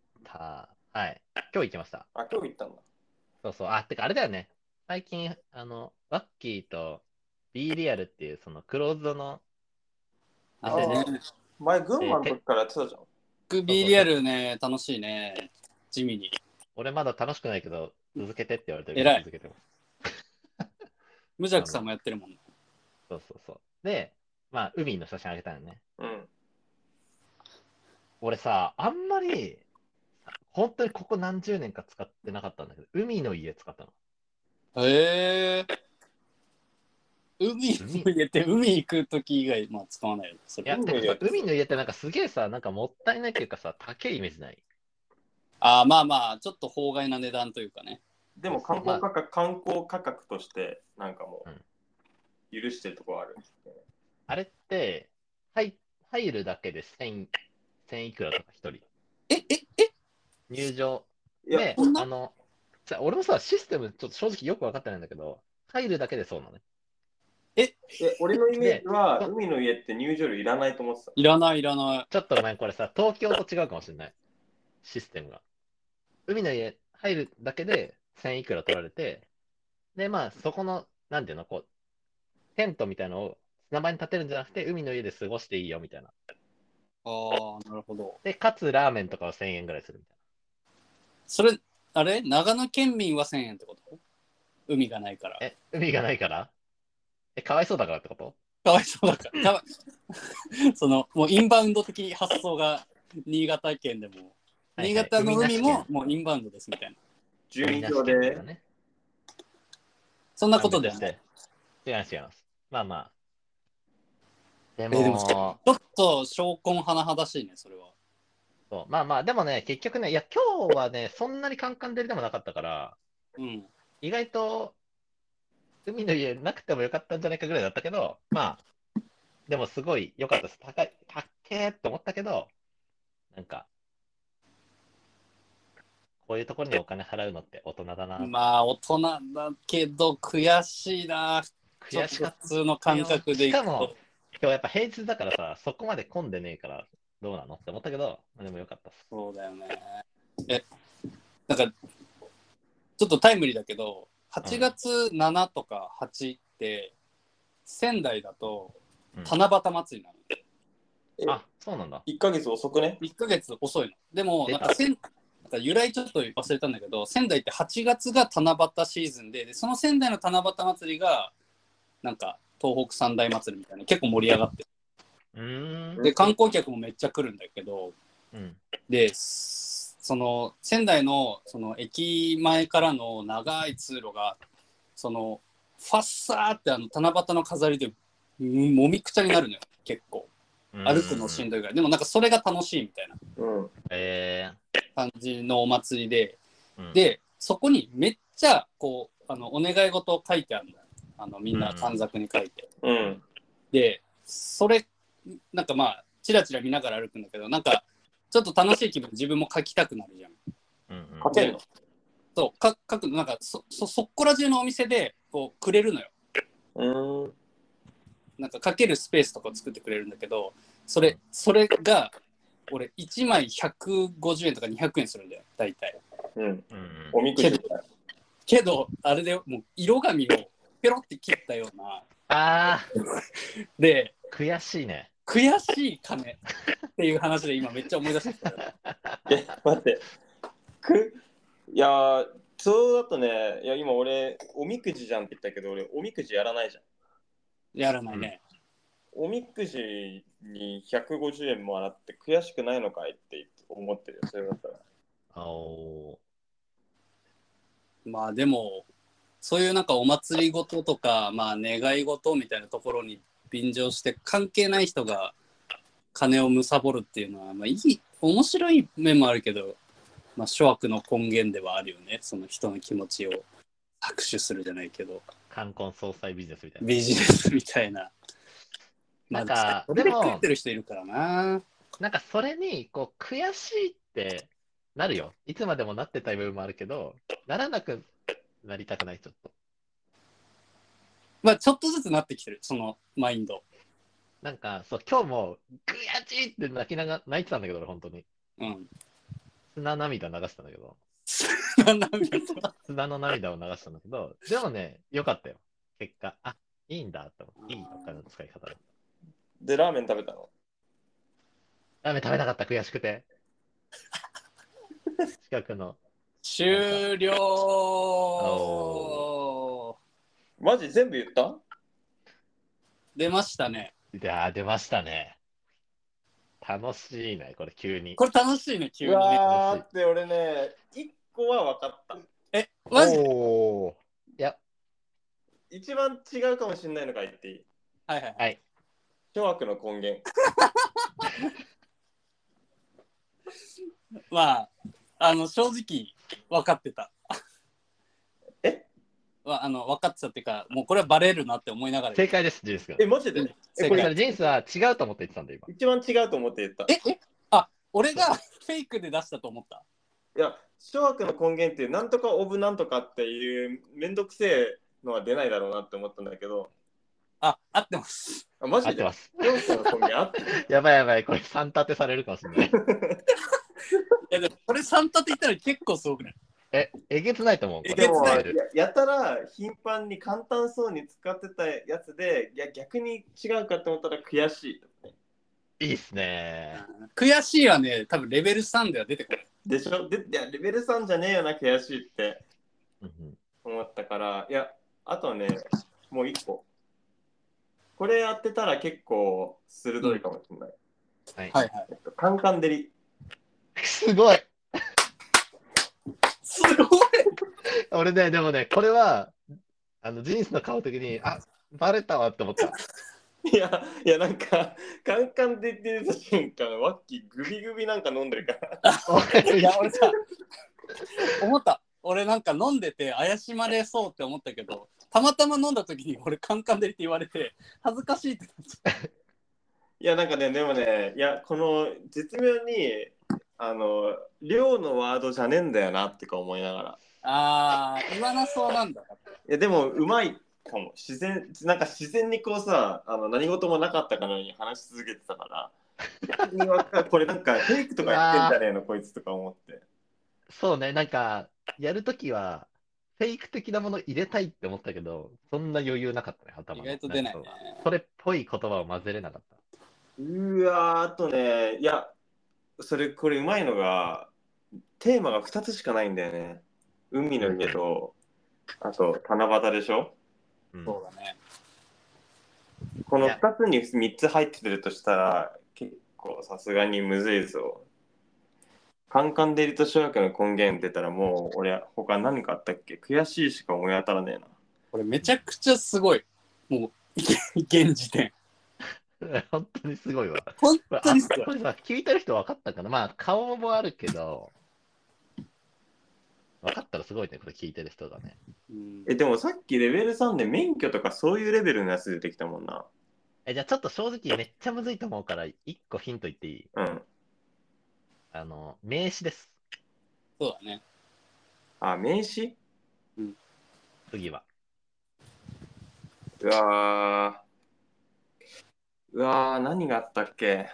はい。今日行きました。 今日行ったんだ。 そうそう。てかあれだよね。最近、ワッキーと B リアルっていう、そのクローズドの店で、 前、群馬の時からやってたじゃん。 B リアルね、楽しいね。地味に。 俺まだ楽しくないけど、続けてって言われてる偉い続けてます。 無邪気さんもやってるもんね。 そうそうそう。で、まあ、海の写真あげたよね。 うん。 俺さ、あんまり、本当にここ何十年か使ってなかったんだけど、海の家使ったの。 へえ。海の家って海行くとき以外、まあ使わないよね。それいや、てかさ、海の家ってなんかすげえさ、なんかもったいないっていうかさ、高いイメージない？ まあまあ、ちょっと法外な値段というかね。 でも観光価格としてなんかもう許してるところある。 あれって、入るだけで1000いくらとか一人。入場。で、俺もさ、システムちょっと正直よく分かってないんだけど、入るだけでそうなのね。 俺のイメージは海の家って入場料いらないと思ってた。 いらない。ちょっとごめん、これさ、東京と違うかもしれない。システムが。海の家入るだけで1000いくら取られて、で、まあ、そこの、なんていうの、こう、テントみたいなのを砂場に建てるんじゃなくて、海の家で過ごしていいよみたいな。 なるほど。 で、かつラーメンとかは1000円ぐらいするみたいな。 それ、あれ長野県民は1000円ってこと？海がないから。 海がないから？かわいそうだからってこと？ かわいそうだから。もうインバウンド的発想が新潟県でも、新潟の海ももうインバウンドですみたいな。 住民票で、 ね、 そんなことではない。 違います。まあまあ。でもちょっと証拠甚だしいね、それは。 そうまあまあ、でもね、結局ね、いや、今日はね、そんなにカンカン照りでもなかったから、意外と海の家なくてもよかったんじゃないかぐらいだったけど、まあ、でもすごい良かったです。高えって思ったけど、なんか、こういうところにお金払うのって大人だな。 まあ、大人だけど、悔しいな。 悔しかった。 普通の感覚でいくと。 しかも、今日やっぱ平日だからさ、そこまで混んでねえから、 どうなのって思ったけど、でもよかったっす。 そうだよね。なんか、ちょっとタイムリーだけど、8月7とか8って、仙台だと七夕祭りなの。 あ、そうなんだ。 1ヶ月遅くね。 1ヶ月遅いの。でも、なんか由来ちょっと忘れたんだけど、仙台って8月が七夕シーズンで、その仙台の七夕祭りが、なんか東北三大祭りみたいな、結構盛り上がってる。で、観光客もめっちゃ来るんだけど、で、その仙台のその駅前からの長い通路が、そのファッサーって七夕の飾りでもみくちゃになるのよ、結構。歩くのしんどいぐらい。でもなんかそれが楽しいみたいな感じのお祭りで、で、そこにめっちゃこうお願い事を書いてあるの。みんな短冊に書いて。で、それ、なんかまあ、チラチラ見ながら歩くんだけど、なんか、ちょっと楽しい気分自分も書きたくなるじゃん。 書けんの？ そう、書くの、なんかそこら中のお店でこうくれるのよ。なんか書けるスペースとかを作ってくれるんだけど、それが、俺、1枚150円とか200円するんだよ、大体。 おみくじけど、あれでもう色紙をペロって切ったような。で、 悔しいね。 悔しい金っていう話で今めっちゃ思い出してた。 待って。いやそうだとね、いや今俺、おみくじじゃんって言ったけど、俺、おみくじやらないじゃん。 やらないね。 おみくじに150円も払って悔しくないのかいって思ってるよ、それだったら。 まあでも、そういうなんかお祭りごととか、まあ願い事みたいなところに便乗して関係ない人が金を貪るっていうのは、まあ面白い面もあるけど、まあ諸悪の根源ではあるよね。その人の気持ちを搾取するじゃないけど。 冠婚葬祭ビジネスみたいな。 ビジネスみたいな。 なんか、 でも、食ってる人いるからな。 なんかそれに、こう、悔しいってなるよ。いつまでもなってたい部分もあるけど、ならなくなりたくない、ちょっと。 まあ、ちょっとずつなってきてる、そのマインド。 なんか、そう、今日も、悔しいって泣いてたんだけど、俺、本当に。砂涙流したんだけど。砂の涙を流したんだけど、でもね、よかったよ。結果、いいんだって思って、いいお金の使い方だ。 で、ラーメン食べたの？ ラーメン食べなかった、悔しくて。近くの。 終了。 マジ全部言った？ 出ましたね。 いや、出ましたね。楽しいね、これ急に。 これ楽しいね、急にね。 だって俺ね、1個は分かった。 マジ？ いや。 一番違うかもしれないのか言っていい？ はい。 諸悪の根源。 まあ、正直分かってた。分かってたっていうか、もうこれはバレるなって思いながら。 正解です、ジンス君。 マジで？これジンスは違うと思って言ってたんだ、今。 一番違うと思って言った。 俺がフェイクで出したと思った。 いや、諸悪の根源っていう、なんとかオブなんとかっていうめんどくせえのは出ないだろうなって思ったんだけど。 合ってます。 マジで？ 合ってます。 諸悪の根源合ってる？ やばい、これ3立てされるかもしれない。 いやでもこれ3立て言ったら結構すごくない？ えげつないと思う。 でも やたら頻繁に簡単そうに使ってたやつで、いや逆に違うかと思ったら悔しい。 いいっすね。 悔しいはね、多分レベル3では出てこない。 でしょ？いやレベル3じゃねえよな、悔しいって思ったから、いや、あとね、もう1個。これやってたら結構鋭いかもしれない。 はい。 カンカン照り。 すごい。 すごい。 俺ね、でもね、これは、ジンスの顔的に、バレたわって思った。 いや、なんか、カンカンで出た瞬間、ワッキーグビグビなんか飲んでるから。 いや、俺さ、思った。俺なんか飲んでて怪しまれそうって思ったけど、たまたま飲んだ時に俺カンカンでって言われて、恥ずかしいってなっちゃった。 いや、なんかね、でもね、いや、この絶妙に、量のワードじゃねえんだよなってか思いながら。 言わなそうなんだ。 いや、でも、うまいっかも。なんか自然にこうさ、何事もなかったかのように話し続けてたから、逆にこれなんかフェイクとかやってんじゃねえの、こいつとか思って。 そうね、なんか、やるときは、フェイク的なもの入れたいって思ったけど、そんな余裕なかったね、頭意の。 外と出ないね。 それっぽい言葉を混ぜれなかった。 うわー、あとね、いや、これうまいのが、テーマが2つしかないんだよね。海の家と、あと七夕でしょ。 うん、 そうだね。 この2つに3つ入ってるとしたら、結構さすがにむずいぞ。カンカンデリと諸悪の根源出たらもう俺他何かあったっけ。悔しいしか思い当たらねえな。 これめちゃくちゃすごい。もう、現時点。 本当にすごいわ。 本当にすごい。 これさ、聞いてる人分かったかな。まあ、顔もあるけど、分かったらすごいね、これ聞いてる人がね。 でもさっきレベル3で免許とかそういうレベルのやつ出てきたもんな。 じゃあちょっと正直めっちゃむずいと思うから、1個ヒント言っていい？ うん。 名詞です。 そうだね。 あ、名詞。 次は。 うわ何があったっけ。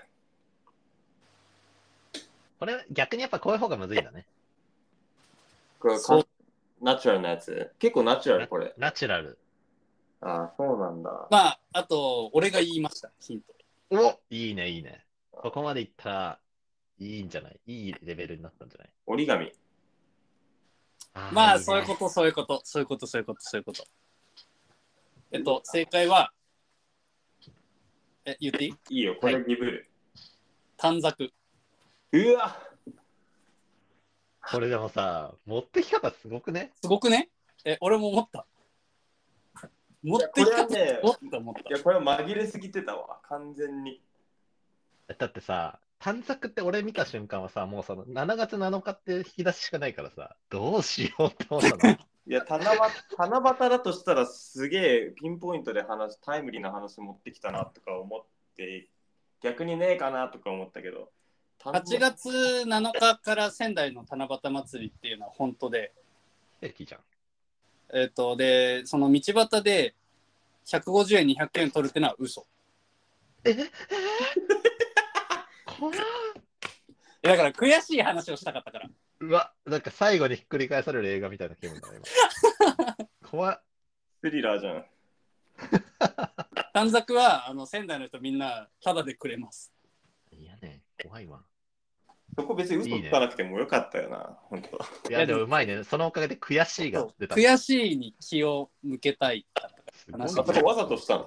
これ逆にやっぱこういう方がむずいんだね。 これそうナチュラルなやつ。結構ナチュラルこれ。 ナチュラル。 あ、そうなんだ。 まあ、あと、俺が言いました、ヒント。 いいね、いいね。ここまでいったらいいんじゃない？いいレベルになったんじゃない？ 折り紙。 まあ、 いいね、 そういうこと、そういうこと、そういうこと、そういうこと、そういうこと。正解は、言っていい？ いいよ、これギブる。 短冊。 うわこれでもさ、持ってき方すごくね？ すごくね？俺も思った。持ってき方ね、 思った。 いや、これは紛れすぎてたわ、完全に。 だってさ、短冊って俺見た瞬間はさ、もうその7月7日って引き出ししかないからさ、どうしようって思ったの。 いや、七夕だとしたらすげえピンポイントでタイムリーな話持ってきたなとか思って、逆にねえかなとか思ったけど。 8月7日から仙台の七夕祭りっていうのは本当で、 駅じゃん。 で、その道端で150円、200円取るってのは嘘。 怖い。 だから悔しい話をしたかったから。 うわ、なんか最後にひっくり返される映画みたいな気分だね、今。怖い。 スリラーじゃん。 短冊は仙台の人みんなタダでくれます。 いやね、怖いわ。 そこ別に嘘つかなくてもよかったよな、本当。 いや、でもうまいね。そのおかげで悔しいが出た。 悔しいに気を向けたい話そこわざとしたの。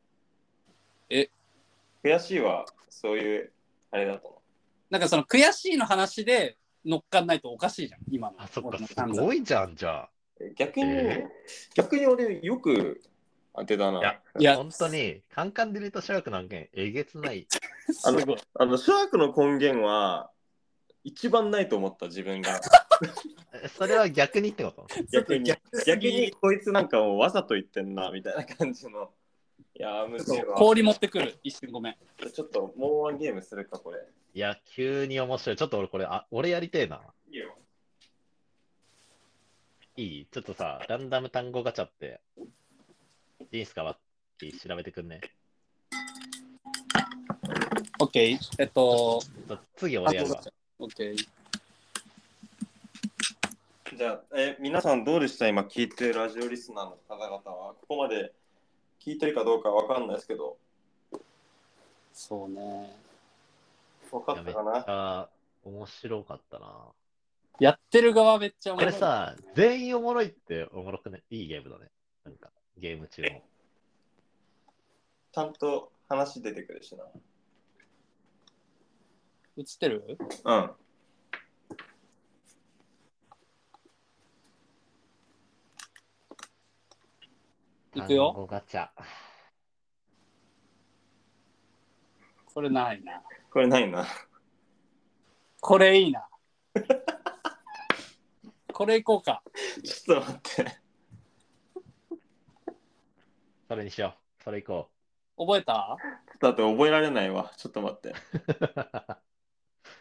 悔しいはそういうあれだと。 なんかその悔しいの話で乗っかんないとおかしいじゃん、今の。 あ、そっか、すごいじゃん、じゃあ。 逆に俺よく当てだな。 いや、本当に、カンカンデリとシャークの案件、えげつない。 シャークの根源は一番ないと思った自分が。 それは逆にってこと？ 逆にこいつなんかもうわざと言ってんなみたいな感じの。いやむずいわ。 氷持ってくる、一瞬ごめん。 ちょっともうワンゲームするかこれ。 いや、急に面白い。ちょっと俺これ、俺やりてえな。 いいよ。 いい？ちょっとさ、ランダム単語ガチャって、いいんすか？調べてくんね。 OK。 次俺やるわ。 OK。 じゃあ、皆さんどうでした？今聞いてるラジオリスナーの方々は、ここまで聞いてるかどうかわかんないですけど。 そうね。 わかったかな？ めっちゃ面白かったな。 やってる側めっちゃ面白い。 これさ、全員おもろいっておもろくね？いいゲームだね。なんか、ゲーム中も。 ちゃんと話出てくるしな。 映ってる？ うん。 いくよ。 単語ガチャ。 これないな。 これないな。 これいいな。これいこうか。 ちょっと待って。 それにしよう。それいこ覚えた？ だって覚えられないわ。ちょっと待って。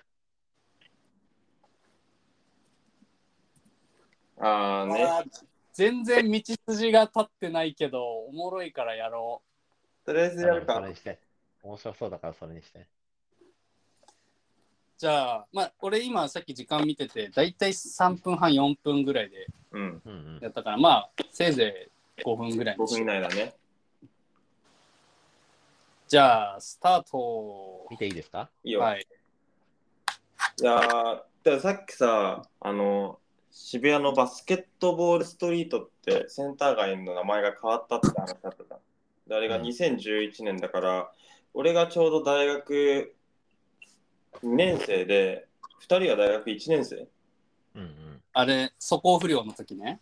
あーね。 全然道筋が立ってないけど、おもろいからやろとりあえずやるそかれ。にして。面白そうだからそれにして。 う。じゃあ、まあ、俺今さっき時間見てて、だいたい3分半、4分ぐらいでうん。 うんうん。 やったから、まあ、せいぜい5分ぐらいに 5分以しよう。 内だね。 じゃあ、スタート。 見ていいですか？ いいよ。 はい。 いやー、だからさっきさ、渋谷のバスケットボールストリートってセンター街の名前が変わったって話だったじゃん。であれがうん 2011年だから、俺がちょうど大学2年生で、2人は大学1年生。 うんうん。 あれ、素行不良の時ね。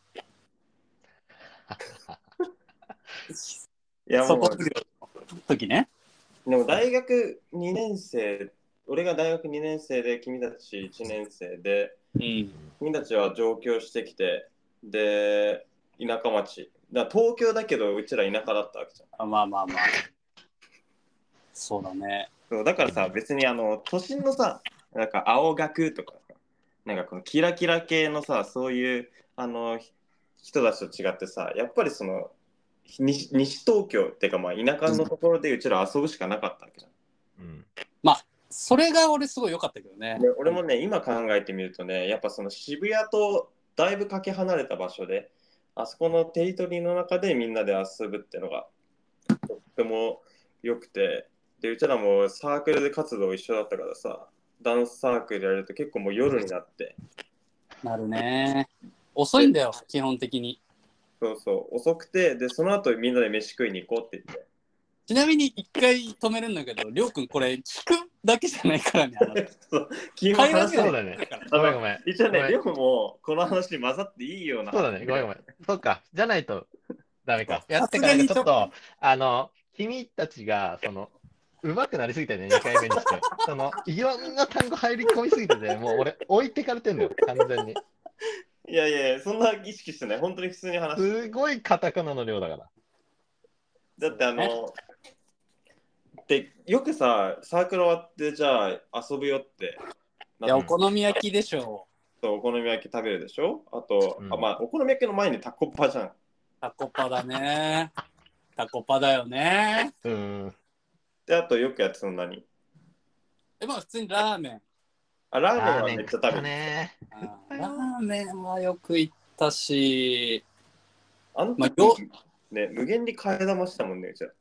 いやもう、 素行不良の時ね。 でも大学2年生、俺が大学2年生で、君たち1年生で、 うん。 君たちは上京してきて、で、田舎町。東京だけど、うちら田舎だったわけじゃん。 あまあまあまあ。そうだね。 そうだからさ、別に都心のさ、なんか青学とかさ、なんかこのキラキラ系のさ、そういう人たちと違ってさ、やっぱりその西東京っていうかまあ田舎のところでうちら遊ぶしかなかったわけじゃん。 うんまあ、それが俺すごい良かったけどね。 で俺もね、今考えてみるとね、やっぱその渋谷とだいぶかけ離れた場所で、あそこのテリトリーの中でみんなで遊ぶっていうのがとっても良くて、で、うちらもサークルで活動一緒だったからさ、ダンスサークルやると結構もう夜になって、 なるね。遅いんだよ、基本的に。 そうそう、遅くて、で、その後みんなで飯食いに行こうって言って。 ちなみに一回止めるんだけど、りょうくんこれ聞くだけじゃないからね。 そう基本話帰らそうだね。ごめんごめん。 一応ね、 ごめんりょうもこの話に混ざっていいような。 そうだね。ごめんごめん。そっか。じゃないとダメか。いや、 さてか、なんすがにちょっかちょっとと、 君たちが、上手くなりすぎてね、2回目にして。いろんな単語入り込みすぎてて、もう俺、置いてかれてんのよ、完全に。 いやいやいや、そんな意識してない。本当に普通に話して。 すごいカタカナの量だから。 だってで、よくさ、サークル終わってじゃあ遊ぶよっていや、お好み焼きでしょ。 お好み焼き食べるでしょ。あと、 うんまあ、お好み焼きの前にタコパじゃん。 タコパだね。タコパだよね。 で、あとよくやってたの何？ まあ普通にラーメン。 ラーメンはラーメン食っためっちゃ食べる。 ね。 ラーメンはよく行ったし、 あのまあ時、ね、無限に替え玉したもんね、うちら。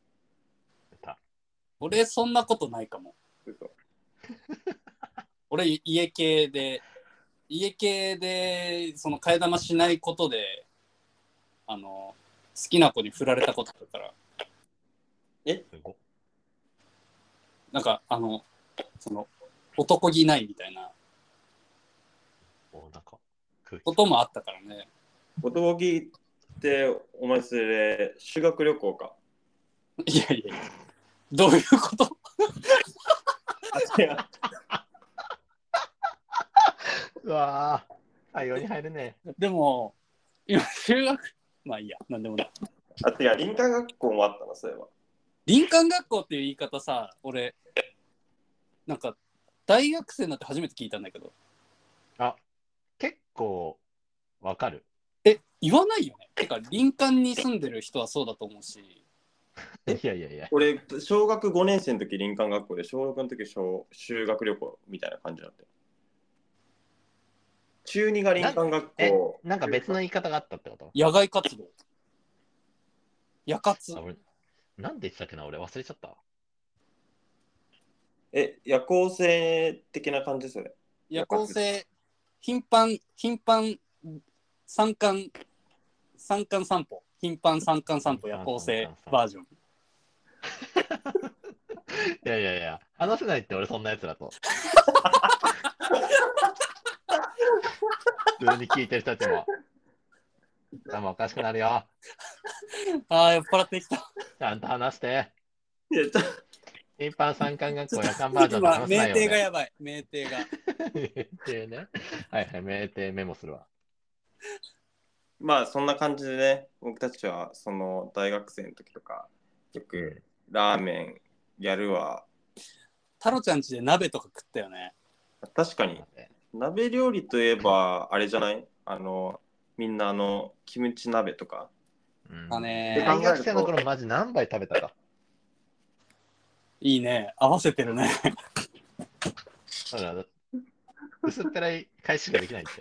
俺そんなことないかも。 嘘。 俺家系でその替え玉しないことで好きな子に振られたことだから。なんかその男気ないみたいなこともあったからね。 男気ってお前それ修学旅行か。 いやいやいや、どういうこと？ 違う。 うわぁ、対応に入るね。 でも今修学、まあいいや、なんでもない。 違う、林間学校もあったの、そういえば。 林間学校っていう言い方さ、俺なんか大学生になって初めて聞いたんだけど。 あ、結構わかる。 言わないよね。てか林間に住んでる人はそうだと思うし。 いやいやいや。 俺、小学5年生の時林間学校で、小6の時修学旅行みたいな感じだった。中2が林間学校。 なんか別の言い方があったってこと？ 野外活動。夜活。 なんで言ってたっけな、俺忘れちゃった。 夜行性的な感じそれ。 夜行性、頻繁三冠散歩。頻繁三冠散歩夜行性バージョン。 いやいやいや、話せないって俺そんなやつだと。普通に聞いてる人たちも。頭おかしくなるよ。 ああ、酔っ払ってきた。 ちゃんと話して。 いや、 頻繁三冠学校夜間バージョンで話せないよ、ね。 名定がやばい。名定が。 名定ね。はいはい、名定メモするわ。 まあそんな感じでね、僕たちはその大学生の時とかよくラーメンやるわ。 タロちゃん家で鍋とか食ったよね。 確かに鍋料理といえばあれじゃない？ みんなキムチ鍋とか。 うんだね大学生の頃マジ何杯食べたか。 いいね。合わせてるね。 だから薄っぺらい返しができないって。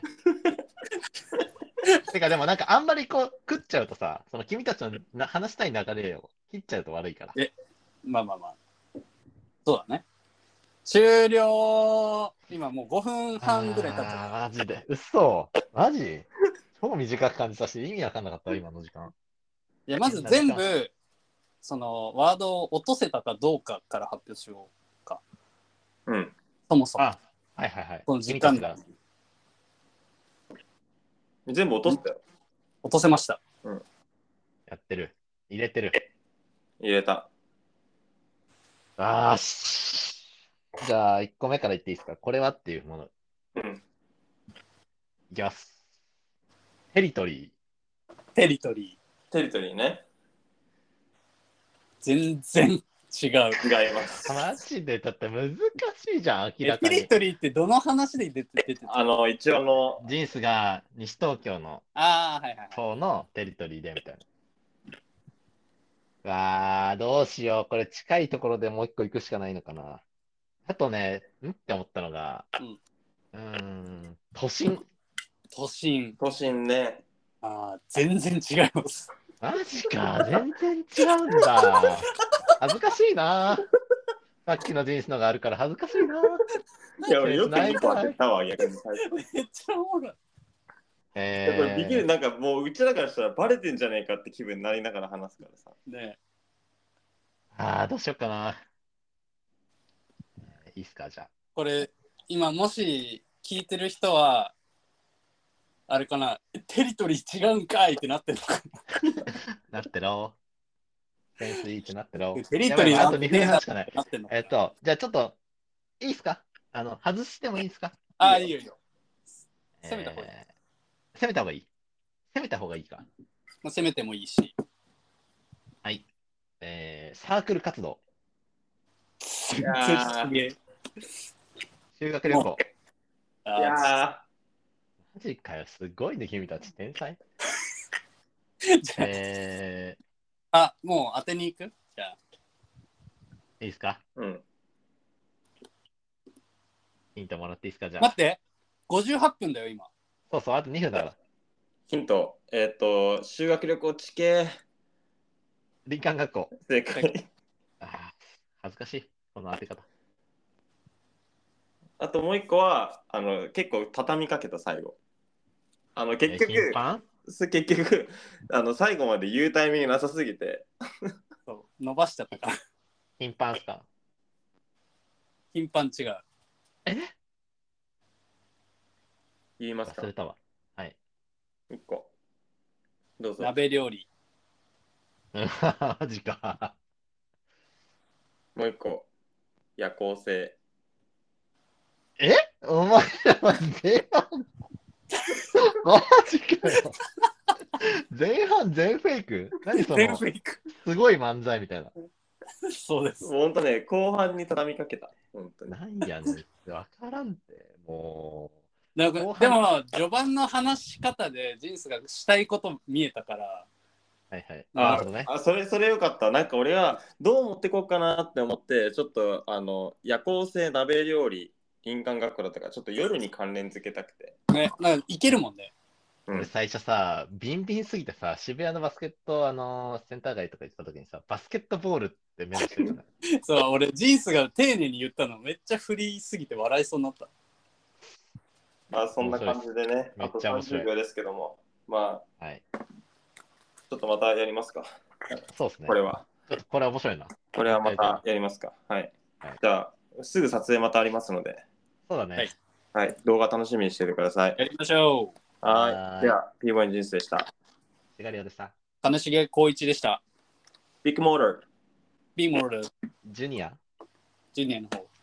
てかでもなんかあんまりこう食っちゃうとさ、その君たちの話したい流れを切っちゃうと悪いから。 まあまあまあ。そうだね。終了。今もう5分半ぐらい経っちゃっマジで。嘘マジ超短く感じたし、意味わかんなかったわ、今の時間。 た。いや、まず全部、そのワードを落とせたかどうかから発表しようか。 うん。 そもそも。 あ、はいはいはい。 この時間君ただち。が全部落としたよ。 落とせました。 やってる。入れてる。 入れた。 し。じゃあ、1個目から言っていいですか？これはっていうもの。 うん。 いきます。テリトリテリトリテリトリーね。 ー。全然違う。 違います。 ー。マジで、だって難しいじゃん、明らかに。 テリトリーってどの話で出てた？ 一応ジンスが西東京のああ、はいはいはい。 方のテリトリーでみたいな。どうしよう。これ近いところでもう一個行くしかないのかな。あとね、って思ったのが、都心。 都心。 都心ね。 ああ、全然違います。 マジか、全然違うんだ。恥ずかしいな。さっきのジンスのがあるから恥ずかしいな。 いや、俺よく2個当てたわ、逆に最初。 めっちゃおもろい。 これビギルなんかもううちらからしたらバレてんじゃねえかって気分になりながら話すからさ。 ねどうしようかな。いいっすか、じゃあ。 これ、今もし聞いてる人は、あれかな、テリトリー違うんかいってなってるのかなってろ。センスいいってなってろ。 テリトリーやばいあと2分半しかない。 なってんのかじゃあちょっと、いいっすか？外してもいいですか？ ああ、いいよいいよ。攻めた方がいい。 攻めた方がいい。攻めた方がいいか。 まあ、攻めてもいいし。 はい。サークル活動。 全然すげえ。 修学旅行。 いやマジかよ、すごいね、君たち。天才。 もう当てに行く？じゃあ。 いいですか？ うん。 ヒントもらっていいですか？じゃあ。 待って、58分だよ、今。 そうそう、あと2分だから。 ヒント。修学旅行地形。 林間学校。 正解。 恥ずかしい。この当て方。 あともう一個は、結構畳みかけた最後。結局、最後まで言うタイミングなさすぎて。 そう伸ばしちゃったから。 頻繁っすか？ 頻繁違う。 言いますか？ 忘れたわ。はい。 一個。どうぞ。 鍋料理。 マジか。 もう一個。夜行性。 お前らは前半マジかよ。前半全フェイク？何そのフェイク。 すごい漫才みたいな。 そうです。 ほんとね、後半に畳みかけた。本当に。 なんやねん。わからんて。もなんかでも序盤の話し方でジンスがしたいこと見えたから。 はいはい。なるほどね。 それよかった。なんか俺はどう持ってこうかなって思って、ちょっと夜行性鍋料理、林間学校だったから、ちょっと夜に関連付けたくて。 ね、なんかいけるもんね。 俺最初さ、ビンビンすぎてさ、渋谷のバスケット、センター街とか行った時にさ、バスケットボールって目指してるから。 そう、俺、ジンスが丁寧に言ったのめっちゃ振りすぎて笑いそうになった。 まあそんな感じでね、 めっあとちゃ面白い 30秒ですけども、まあ、 はい。 ちょっとまたやりますか。 そうですね。 これは。 ちょっとこれ面白いな。 これはまたやりますか。はい。じゃあ、すぐ撮影またありますので、 そうだね。 はい。動画楽しみにしててください。 やりましょう。 はい。では、P ボーイの人生でした。 シガリオでした。 金重光一でした。 ビッグモーター。 ビーモールジュニアジュニアの方。